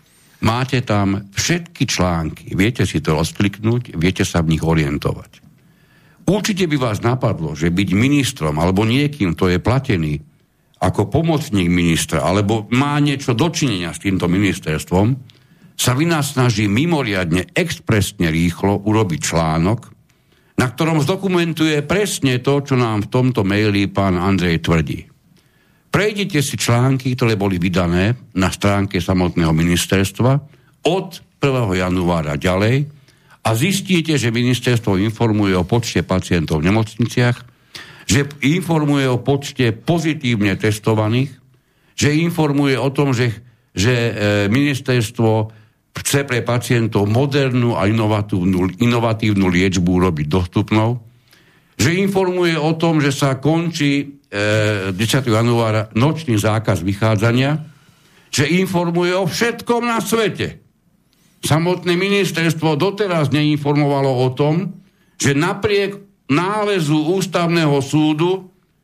Máte tam všetky články. Viete si to rozkliknúť, viete sa v nich orientovať. Určite by vás napadlo, že byť ministrom alebo niekým, kto je platený ako pomocník ministra alebo má niečo dočinenia s týmto ministerstvom, sa vy nás snaží mimoriadne expresne rýchlo urobiť článok, na ktorom zdokumentuje presne to, čo nám v tomto maili pán Andrej tvrdí. Prejdite si články, ktoré boli vydané na stránke samotného ministerstva od prvého januára ďalej a zistíte, že ministerstvo informuje o počte pacientov v nemocniciach, že informuje o počte pozitívne testovaných, že informuje o tom, že, že ministerstvo chce pre pacientov modernú a inovatívnu, inovatívnu liečbu robiť dostupnou, že informuje o tom, že sa končí e, desiateho januára nočný zákaz vychádzania, že informuje o všetkom na svete. Samotné ministerstvo doteraz neinformovalo o tom, že napriek nálezu ústavného súdu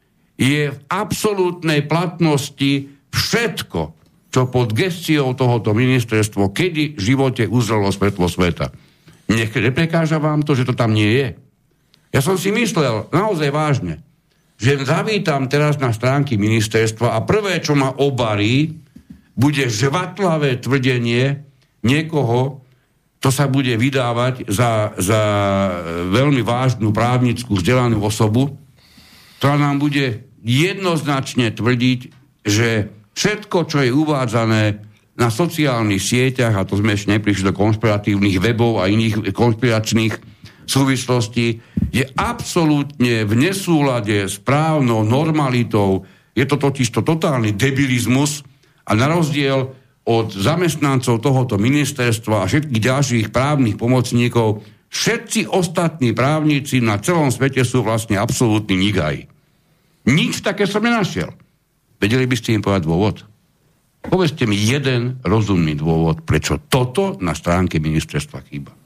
je v absolútnej platnosti všetko, čo pod gestiou tohoto ministerstvo kedy v živote uzrelo svetlo sveta. Nech neprekáža vám to, že to tam nie je. Ja som si myslel, naozaj vážne, že zavítam teraz na stránky ministerstva a prvé, čo ma obarí, bude žvatlavé tvrdenie niekoho, to sa bude vydávať za, za veľmi vážnu právnickú vzdelanú osobu, ktorá nám bude jednoznačne tvrdiť, že všetko, čo je uvádzané na sociálnych sieťach, a to sme ešte neprišli do konšpiratívnych webov a iných konšpiračných súvislostí, je absolútne v nesúlade s právnou normalitou. Je to totižto totálny debilizmus a na rozdiel od zamestnancov tohoto ministerstva a všetkých ďalších právnych pomocníkov, všetci ostatní právnici na celom svete sú vlastne absolútni nigaji. Nič také som nenašiel. Vedeli by ste im povedať dôvod? Povedzte mi jeden rozumný dôvod, prečo toto na stránke ministerstva chýba.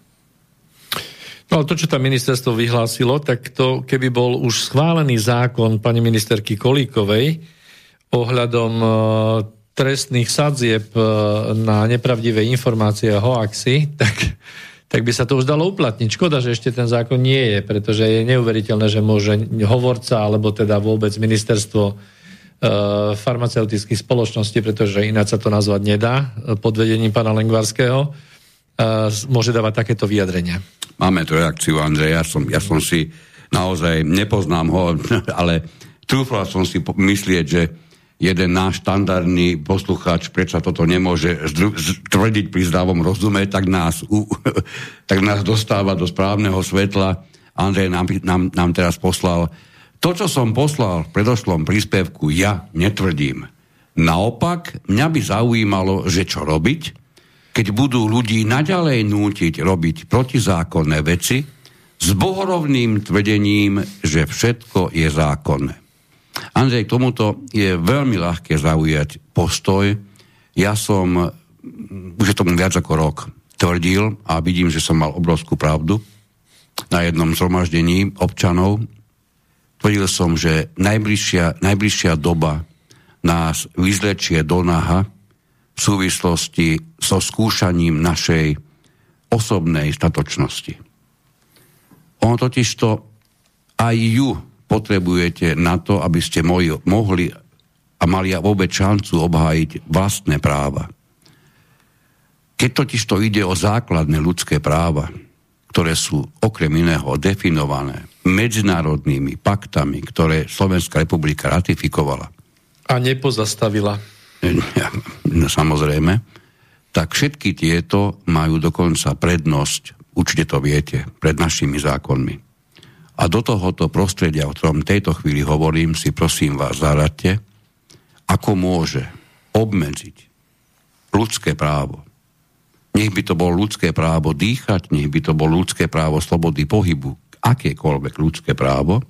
No to, čo tam ministerstvo vyhlásilo, tak to, keby bol už schválený zákon pani ministerky Kolíkovej ohľadom e, trestných sadzieb e, na nepravdivé informácie a hoaxy, tak tak by sa to už dalo uplatniť. Škoda, že ešte ten zákon nie je, pretože je neuveriteľné, že môže hovorca, alebo teda vôbec ministerstvo e, farmaceutických spoločností, pretože ináč sa to nazvať nedá, pod vedením pána Lengvarského, e, môže dávať takéto vyjadrenia. Máme tu reakciu, Andrej, ja som, ja som si naozaj, nepoznám ho, ale trúfal som si myslieť, že jeden náš štandardný poslucháč predsa toto nemôže tvrdiť pri zdravom rozume, tak nás, u, tak nás dostáva do správneho svetla. Andrej nám, nám, nám teraz poslal. To, čo som poslal v predošlom príspevku, ja netvrdím. Naopak, mňa by zaujímalo, že čo robiť, keď budú ľudí naďalej nútiť robiť protizákonné veci s bohorovným tvrdením, že všetko je zákonné. Andrej, k tomuto je veľmi ľahké zaujať postoj. Ja som, už je tomu viac ako rok, tvrdil a vidím, že som mal obrovskú pravdu na jednom zhromaždení občanov. Tvrdil som, že najbližšia, najbližšia doba nás vyzlečie do naha v súvislosti so skúšaním našej osobnej statočnosti. Ono totižto aj ju potrebujete na to, aby ste moji, mohli a mali vôbec šancu obhájiť vlastné práva. Keď totiž to ide o základné ľudské práva, ktoré sú okrem iného definované medzinárodnými paktami, ktoré Slovenská republika ratifikovala. A nepozastavila. No, samozrejme. Tak všetky tieto majú dokonca prednosť, určite to viete, pred našimi zákonmi. A do tohoto prostredia, o ktorom tejto chvíli hovorím, si prosím vás zaraďte, ako môže obmedziť ľudské právo. Nech by to bolo ľudské právo dýchať, nech by to bolo ľudské právo slobody pohybu, akékoľvek ľudské právo,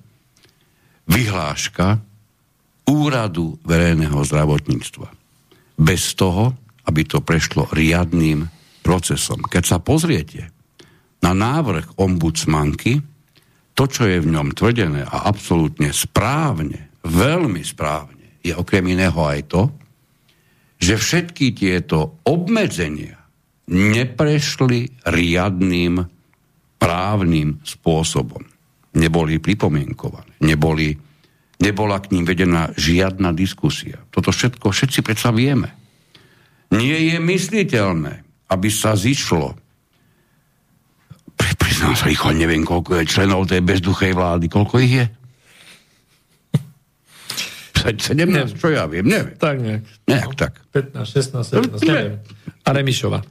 vyhláška Úradu verejného zdravotníctva. Bez toho, aby to prešlo riadnym procesom. Keď sa pozriete na návrh ombudsmanky, to, čo je v ňom tvrdené a absolútne správne, veľmi správne, je okrem iného aj to, že všetky tieto obmedzenia neprešli riadnym právnym spôsobom. Neboli pripomienkované, neboli, nebola k ním vedená žiadna diskusia. Toto všetko všetci predsa vieme. Nie je mysliteľné, aby sa zišlo, priznám sa rýchlo, neviem, koľko je členov tej bezduchej vlády. Koľko ich je? sedemnásť, čo ja viem, neviem. Tak nejak. Nejak, tak. pätnásť, šestnásť, sedemnásť, neviem. A Remišova.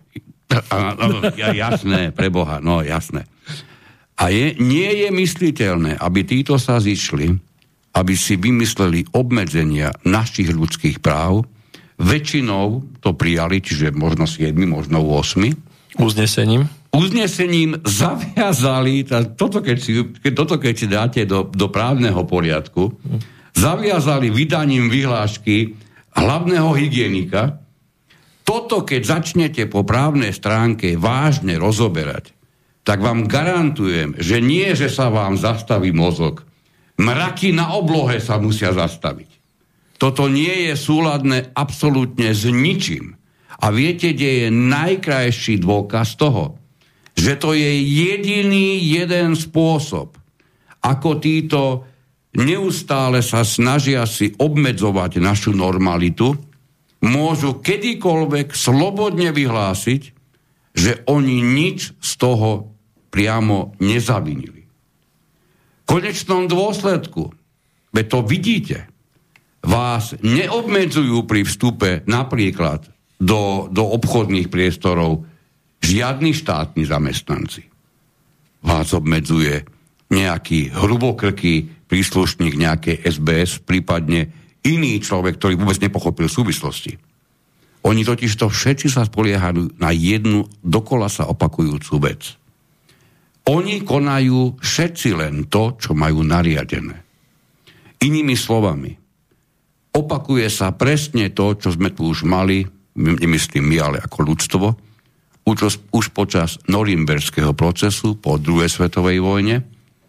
Ja, jasné, preboha, no jasné. A je, nie je mysliteľné, aby títo sa zišli, aby si vymysleli obmedzenia našich ľudských práv. Väčšinou to prijali, čiže možno siedmi, možno osmi. Uznesením. Uznesením zaviazali, toto keď si, toto keď si dáte do, do právneho poriadku, zaviazali vydaním vyhlášky hlavného hygienika. Toto keď začnete po právnej stránke vážne rozoberať, tak vám garantujem, že nie, že sa vám zastaví mozog. Mraky na oblohe sa musia zastaviť. Toto nie je súladné absolútne s ničím. A viete, kde je najkrajší dôkaz toho, že to je jediný jeden spôsob, ako títo neustále sa snažia si obmedzovať našu normalitu, môžu kedykoľvek slobodne vyhlásiť, že oni nič z toho priamo nezavinili. V konečnom dôsledku, veď to vidíte, vás neobmedzujú pri vstupe napríklad do, do obchodných priestorov žiadni štátni zamestnanci. Vás obmedzuje nejaký hrubokrký príslušník nejakej es bé es, prípadne iný človek, ktorý vôbec nepochopil súvislosti. Oni totiž to všetci sa spoliehajú na jednu dokola sa opakujúcu vec. Oni konajú všetci len to, čo majú nariadené. Inými slovami, opakuje sa presne to, čo sme tu už mali, nemyslím my, ale ako ľudstvo, už, už počas norimberského procesu po druhej svetovej vojne,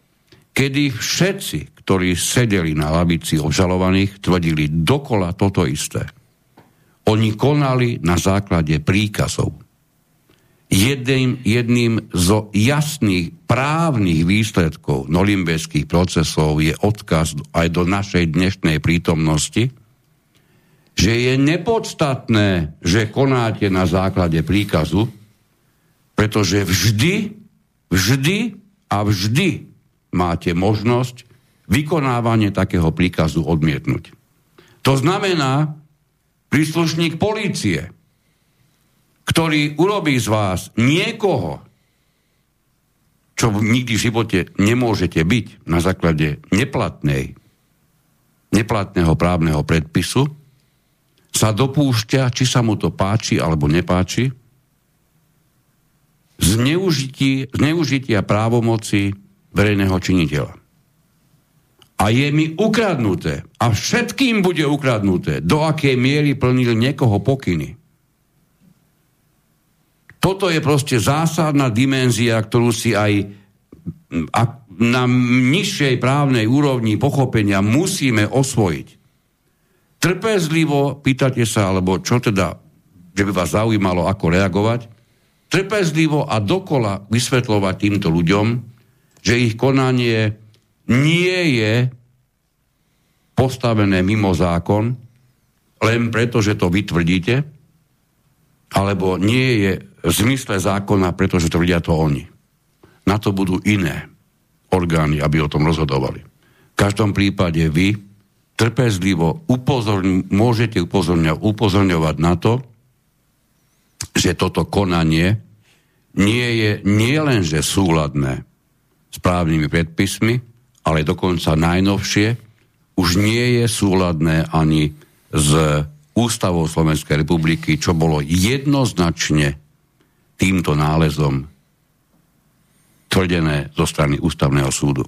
kedy všetci, ktorí sedeli na lavici obžalovaných, tvrdili dokola toto isté. Oni konali na základe príkazov. Jedným, jedným zo jasných právnych výsledkov norimberských procesov je odkaz aj do našej dnešnej prítomnosti, že je nepodstatné, že konáte na základe príkazu, pretože vždy, vždy a vždy máte možnosť vykonávanie takého príkazu odmietnúť. To znamená, príslušník polície, ktorý urobí z vás niekoho, čo nikdy v živote nemôžete byť na základe neplatnej, neplatného právneho predpisu, sa dopúšťa, či sa mu to páči alebo nepáči, zneužití, zneužitia právomoci verejného činiteľa. A je mi ukradnuté, a všetkým bude ukradnuté, do akej miery plnil niekoho pokyny. Toto je proste zásadná dimenzia, ktorú si aj na nižšej právnej úrovni pochopenia musíme osvojiť. Trpezlivo, pýtate sa, alebo čo teda, že by vás zaujímalo, ako reagovať, trpezlivo a dokola vysvetľovať týmto ľuďom, že ich konanie nie je postavené mimo zákon, len preto, že to vytvrdíte, alebo nie je v zmysle zákona, pretože tvrdia to oni. Na to budú iné orgány, aby o tom rozhodovali. V každom prípade vy trpezlivo upozorň, môžete upozorňovať, upozorňovať na to, že toto konanie nie je nielenže súladné s právnymi predpismi, ale dokonca najnovšie už nie je súladné ani s Ústavou Slovenskej republiky, čo bolo jednoznačne týmto nálezom tvrdené zo strany Ústavného súdu.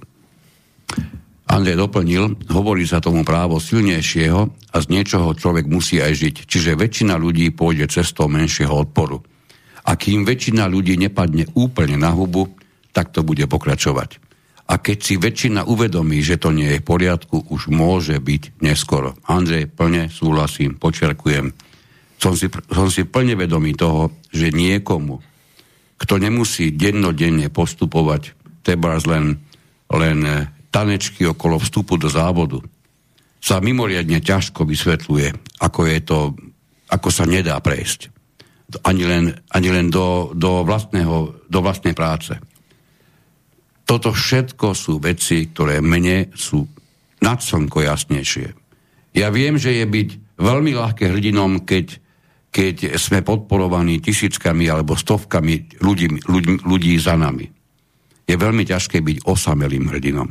Andrej doplnil, hovorí sa tomu právo silnejšieho a z niečoho človek musí aj žiť. Čiže väčšina ľudí pôjde cestou menšieho odporu. A kým väčšina ľudí nepadne úplne na hubu, tak to bude pokračovať. A keď si väčšina uvedomí, že to nie je v poriadku, už môže byť neskoro. Andrej, plne súhlasím, počerkujem. Som si, som si plne vedomý toho, že niekomu, kto nemusí dennodenne postupovať tebárs len, len tanečky okolo vstupu do závodu, sa mimoriadne ťažko vysvetľuje, ako je to, ako sa nedá prejsť. Ani len, ani len do, do, vlastného, do vlastnej práce. Toto všetko sú veci, ktoré mne sú nad slnko jasnejšie. Ja viem, že je byť veľmi ľahké hrdinom, keď, keď sme podporovaní tisíckami alebo stovkami ľudí, ľudí, ľudí za nami. Je veľmi ťažké byť osamelým hrdinom.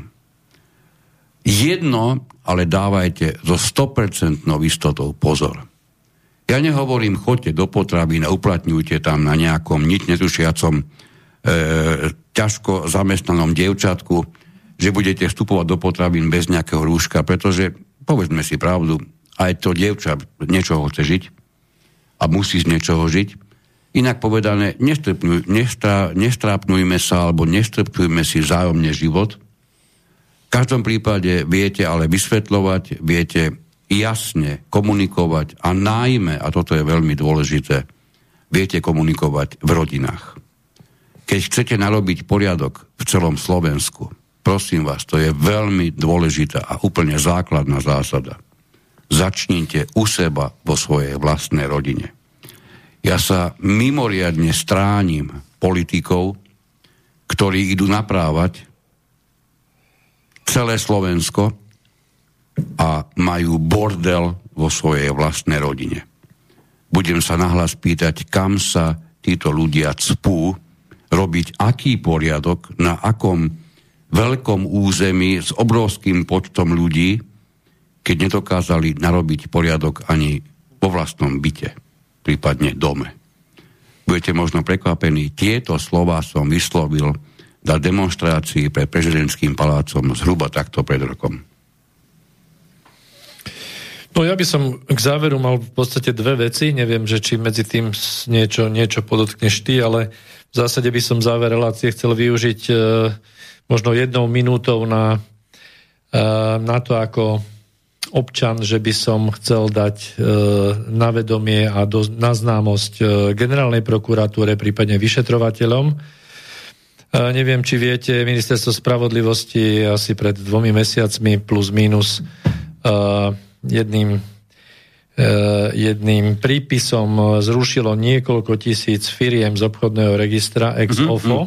Jedno, ale dávajte so sto percent istotou pozor. Ja nehovorím, choďte do potravín a uplatňujte tam na nejakom nič netušiacom e, ťažko zamestnanom dievčatku, že budete vstupovať do potravín bez nejakého rúška, pretože, povedzme si pravdu, aj to dievča niečoho chce žiť a musí z niečoho žiť. Inak povedané, nestrápnujme sa alebo nestrpčujme si vzájomne život. V každom prípade viete ale vysvetľovať, viete jasne komunikovať a najmä, a toto je veľmi dôležité, viete komunikovať v rodinách. Keď chcete narobiť poriadok v celom Slovensku, prosím vás, to je veľmi dôležitá a úplne základná zásada. Začnite u seba vo svojej vlastnej rodine. Ja sa mimoriadne stránim politikov, ktorí idú naprávať celé Slovensko a majú bordel vo svojej vlastnej rodine. Budem sa nahlas pýtať, kam sa títo ľudia cpú robiť aký poriadok na akom veľkom území s obrovským počtom ľudí, keď nedokázali narobiť poriadok ani vo vlastnom byte, prípadne dome. Budete možno prekvapení, tieto slová som vyslovil na demonštrácii pred prezidentským palácom zhruba takto pred rokom. No ja by som k záveru mal v podstate dve veci. Neviem, že či medzi tým niečo, niečo podotkneš ty, ale v zásade by som záver relácie chcel využiť e, možno jednou minútou na, e, na to, ako občan, že by som chcel dať e, na vedomie a do, na známosť e, generálnej prokuratúre, prípadne vyšetrovateľom. E, neviem, či viete, Ministerstvo spravodlivosti asi pred dvomi mesiacmi plus minus e, jedným, e, jedným prípisom zrušilo niekoľko tisíc firiem z obchodného registra ex ofo.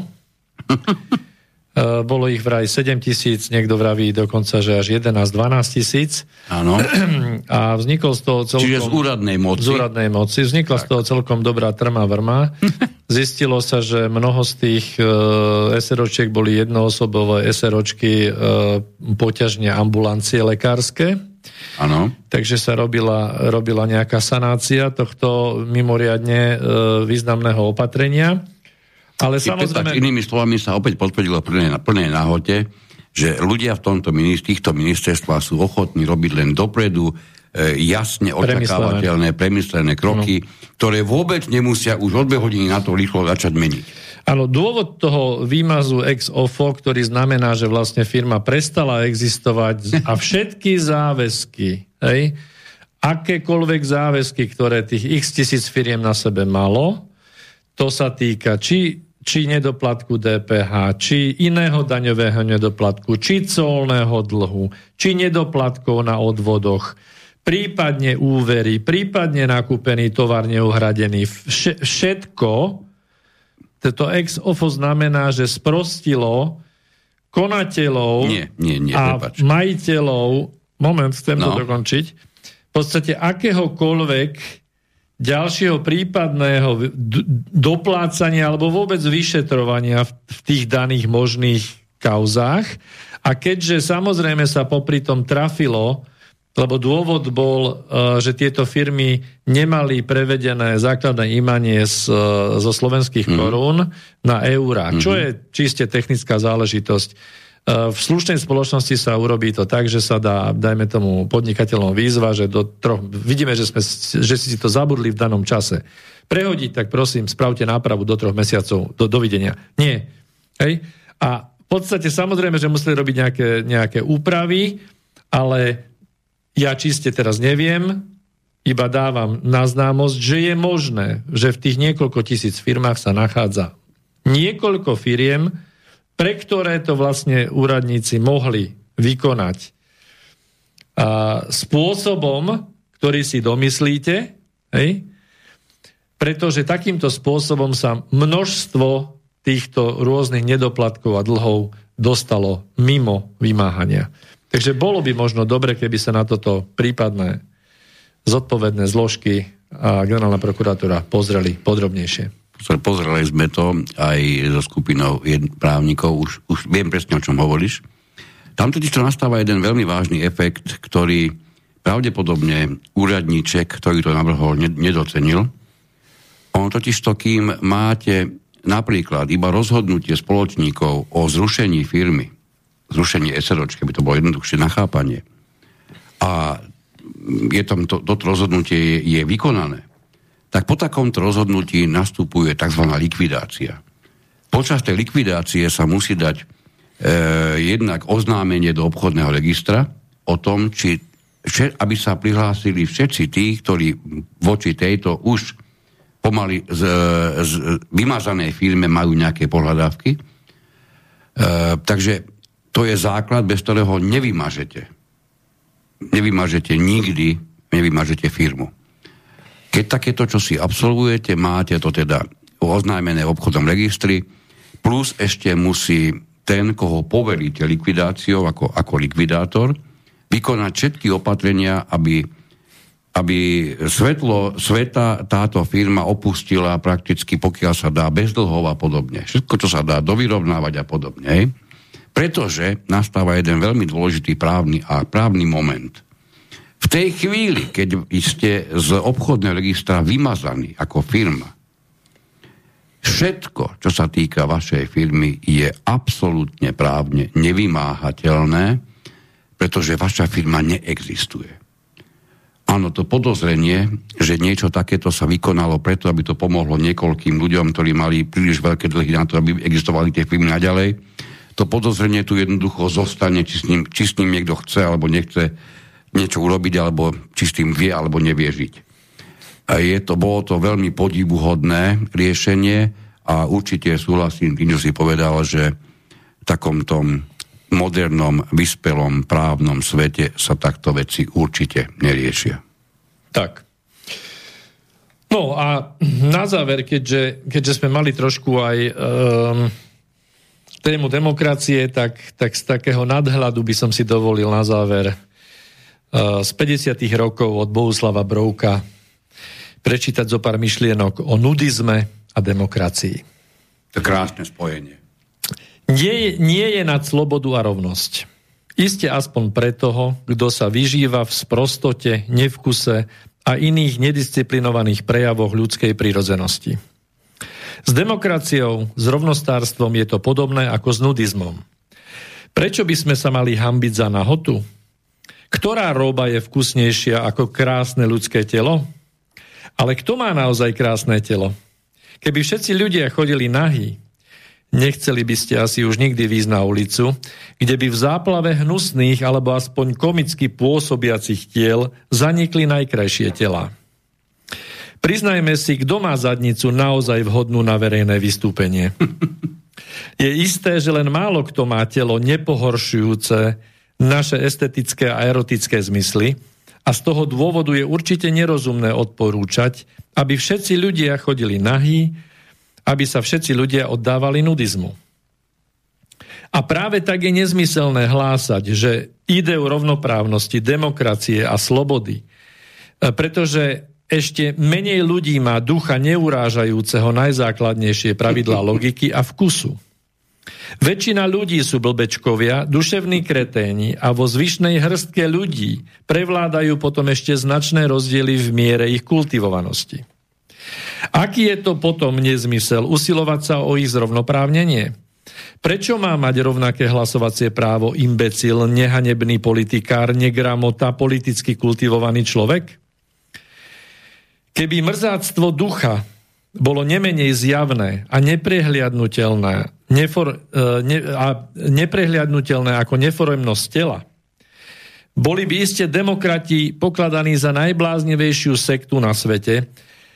Bolo ich vraj sedem tisíc, niekto vraví dokonca, že až jedenásť dvanásť tisíc. Áno. A vznikol z toho celkom... Čiže z úradnej moci. Z úradnej moci. Vznikla tak. Z toho celkom dobrá trma vrma. Zistilo sa, že mnoho z tých uh, SROčiek boli jednoosobové SROčky uh, poťažne ambulancie lekárske. Áno. Takže sa robila, robila nejaká sanácia tohto mimoriadne uh, významného opatrenia. Ale samozrejme... Inými slovami sa opäť potvrdilo v plnej, plnej náhote, že ľudia v tomto týchto ministerstvách sú ochotní robiť len dopredu e, jasne očakávateľné, premyslené kroky, no. ktoré vôbec nemusia už od dve hodiny na to rýchlo začať meniť. Áno, dôvod toho výmazu ex ofo, ktorý znamená, že vlastne firma prestala existovať a všetky záväzky, hej, akékoľvek záväzky, ktoré tých x tisíc firiem na sebe malo, to sa týka či či nedoplatku dé pé há, či iného daňového nedoplatku, či colného dlhu, či nedoplatkov na odvodoch, prípadne úvery, prípadne nakúpený tovar neuhradený. Vš- všetko, toto ex ofo znamená, že sprostilo konateľov nie, nie, nie, a prepáč. majiteľov, moment, chcem no. to dokončiť, v podstate akéhokoľvek ďalšieho prípadného doplácania alebo vôbec vyšetrovania v, v tých daných možných kauzách. A keďže samozrejme sa popri tom trafilo, lebo dôvod bol, že tieto firmy nemali prevedené základné imanie z, zo slovenských mm. korún na eurá, mm-hmm. čo je čiste technická záležitosť. V slušnej spoločnosti sa urobí to tak, že sa dá, dajme tomu podnikateľom výzva, že do troch, vidíme, že, sme, že si to zabudli v danom čase. Prehodiť, tak prosím, spravte nápravu do troch mesiacov, do, dovidenia. Nie. Hej? A v podstate samozrejme, že museli robiť nejaké, nejaké úpravy, ale ja čiste teraz neviem, iba dávam na známosť, že je možné, že v tých niekoľko tisíc firmách sa nachádza niekoľko firiem, pre ktoré to vlastne úradníci mohli vykonať a spôsobom, ktorý si domyslíte, hej? Pretože takýmto spôsobom sa množstvo týchto rôznych nedoplatkov a dlhov dostalo mimo vymáhania. Takže bolo by možno dobre, keby sa na toto prípadné zodpovedné zložky a generálna prokuratúra pozreli podrobnejšie. Pozreli sme to aj so skupinou právnikov, už, už viem presne, o čom hovoríš. Tam totiž to nastáva jeden veľmi vážny efekt, ktorý pravdepodobne úradníček, ktorý to navrhol, nedocenil. On totiž to, kým máte napríklad iba rozhodnutie spoločníkov o zrušení firmy, zrušení SROčky, by to bolo jednoduchšie na chápanie, a je tam to, toto rozhodnutie je, je vykonané, tak po takomto rozhodnutí nastupuje tzv. Likvidácia. Počas tej likvidácie sa musí dať e, jednak oznámenie do obchodného registra o tom, či, aby sa prihlásili všetci tí, ktorí voči tejto už pomaly z, z vymazanej firme majú nejaké pohľadávky. E, takže to je základ, bez ktorého nevymažete. Nevymažete nikdy, nevymažete firmu. Keď takéto, čo si absolvujete, máte to teda oznámené v obchodnom registri, plus ešte musí ten, koho poveríte likvidáciou ako, ako likvidátor, vykonať všetky opatrenia, aby, aby svetlo sveta táto firma opustila prakticky, pokiaľ sa dá, bez dlhov a podobne. Všetko, čo sa dá dovyrovnávať a podobne. Pretože nastáva jeden veľmi dôležitý právny a právny moment. V tej chvíli, keď ste z obchodného registra vymazaní ako firma, všetko, čo sa týka vašej firmy, je absolútne právne nevymáhateľné, pretože vaša firma neexistuje. Áno, to podozrenie, že niečo takéto sa vykonalo preto, aby to pomohlo niekoľkým ľuďom, ktorí mali príliš veľké dlhy na to, aby existovali tie firmy naďalej, to podozrenie tu jednoducho zostane, či s ním, či s ním niekto chce alebo nechce niečo urobiť, alebo či s tým vie, alebo nevie žiť. A je to, bolo to veľmi podivuhodné riešenie a určite súhlasím tým, čo si povedal, že v takomto modernom, vyspelom právnom svete sa takto veci určite neriešia. Tak. No a na záver, keďže, keďže sme mali trošku aj um, tému demokracie, tak, tak z takého nadhľadu by som si dovolil na záver uh, z päťdesiatych rokov od Bohuslava Brouka prečítať zo pár myšlienok o nudizme a demokracii. To krásne spojenie. Nie, nie je nad slobodu a rovnosť. Iste aspoň pre toho, kto sa vyžíva v sprostote, nevkuse a iných nedisciplinovaných prejavoch ľudskej prirodzenosti. S demokraciou, s rovnostárstvom je to podobné ako s nudizmom. Prečo by sme sa mali hanbiť za nahotu? Ktorá roba je vkusnejšia ako krásne ľudské telo? Ale kto má naozaj krásne telo? Keby všetci ľudia chodili nahí, nechceli by ste asi už nikdy výjsť na ulicu, kde by v záplave hnusných alebo aspoň komicky pôsobiacich tiel zanikli najkrajšie telá. Priznajme si, kto má zadnicu naozaj vhodnú na verejné vystúpenie. Je isté, že len málo kto má telo nepohoršujúce naše estetické a erotické zmysly a z toho dôvodu je určite nerozumné odporúčať, aby všetci ľudia chodili nahí, aby sa všetci ľudia oddávali nudizmu. A práve tak je nezmyselné hlásať, že ideu rovnoprávnosti, demokracie a slobody, pretože ešte menej ľudí má ducha neurážajúceho najzákladnejšie pravidlá logiky a vkusu. Väčšina ľudí sú blbečkovia, duševní kreténi a vo zvyšnej hrstke ľudí prevládajú potom ešte značné rozdiely v miere ich kultivovanosti. Aký je to potom nezmysel usilovať sa o ich zrovnoprávnenie? Prečo má mať rovnaké hlasovacie právo imbecil, nehanebný politikár, negramota, politicky kultivovaný človek? Keby mrzáctvo ducha bolo nemenej zjavné a neprehliadnutelné, nefor, ne, a neprehliadnutelné ako neforemnosť tela, boli by iste demokrati pokladaní za najbláznivejšiu sektu na svete,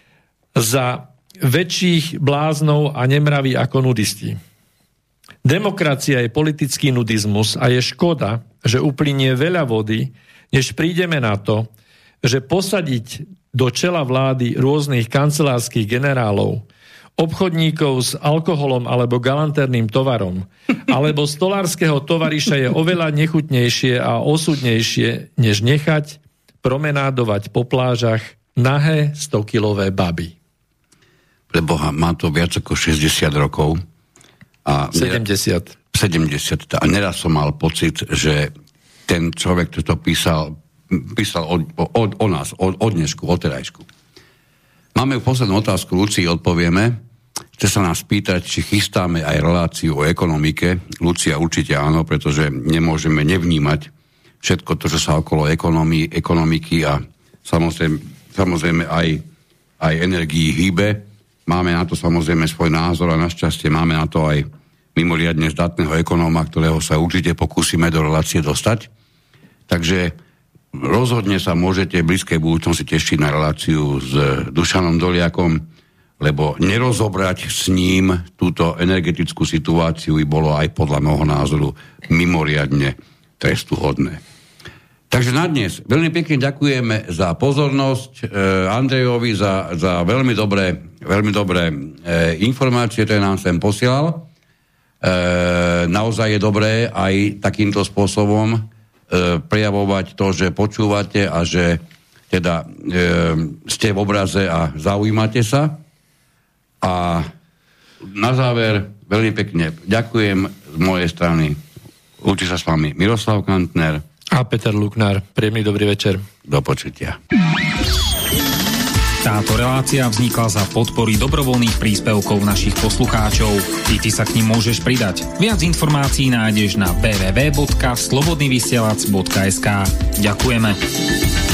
za väčších bláznov a nemraví ako nudisti. Demokracia je politický nudizmus a je škoda, že uplynie veľa vody, než prídeme na to, že posadiť do čela vlády rôznych kancelárskych generálov, obchodníkov s alkoholom alebo galanterným tovarom, alebo stolárskeho tovariša je oveľa nechutnejšie a osudnejšie, než nechať promenádovať po plážach nahé stokilové baby. Preboha, má to viac ako šesťdesiat rokov. A sedemdesiat. sedemdesiat. A neraz som mal pocit, že ten človek, ktorý to písal, písal o, o, o nás, o, o dnešku, o terajšku. Máme poslednú otázku, Lucii odpovieme. Chce sa nás pýtať, či chystáme aj reláciu o ekonomike. Lucia určite áno, pretože nemôžeme nevnímať všetko to, čo sa okolo ekonomii, ekonomiky a samozrejme, samozrejme aj, aj energii hýbe. Máme na to samozrejme svoj názor a našťastie máme na to aj mimoriadne zdatného ekonóma, ktorého sa určite pokúsime do relácie dostať. Takže rozhodne sa môžete v blízkej budúcnosti tešiť na reláciu s Dušanom Doliakom, lebo nerozobrať s ním túto energetickú situáciu by bolo aj podľa môjho názoru mimoriadne trestuhodné. Takže na dnes veľmi pekne ďakujeme za pozornosť e, Andrejovi, za, za veľmi dobré, veľmi dobré e, informácie, ktoré nám sem posielal. E, naozaj je dobré aj takýmto spôsobom e, prejavovať to, že počúvate a že teda e, ste v obraze a zaujímate sa. A na záver veľmi pekne ďakujem z mojej strany. Lúči sa s vami Miroslav Kantner a Peter Luknár. Príjemný dobrý večer. Do počutia. Táto relácia vznikla za podpory dobrovoľných príspevkov našich poslucháčov. Ty, ty sa k nim môžeš pridať. Viac informácií nájdeš na w w w bodka slobodnyvysielac bodka es ka. Ďakujeme.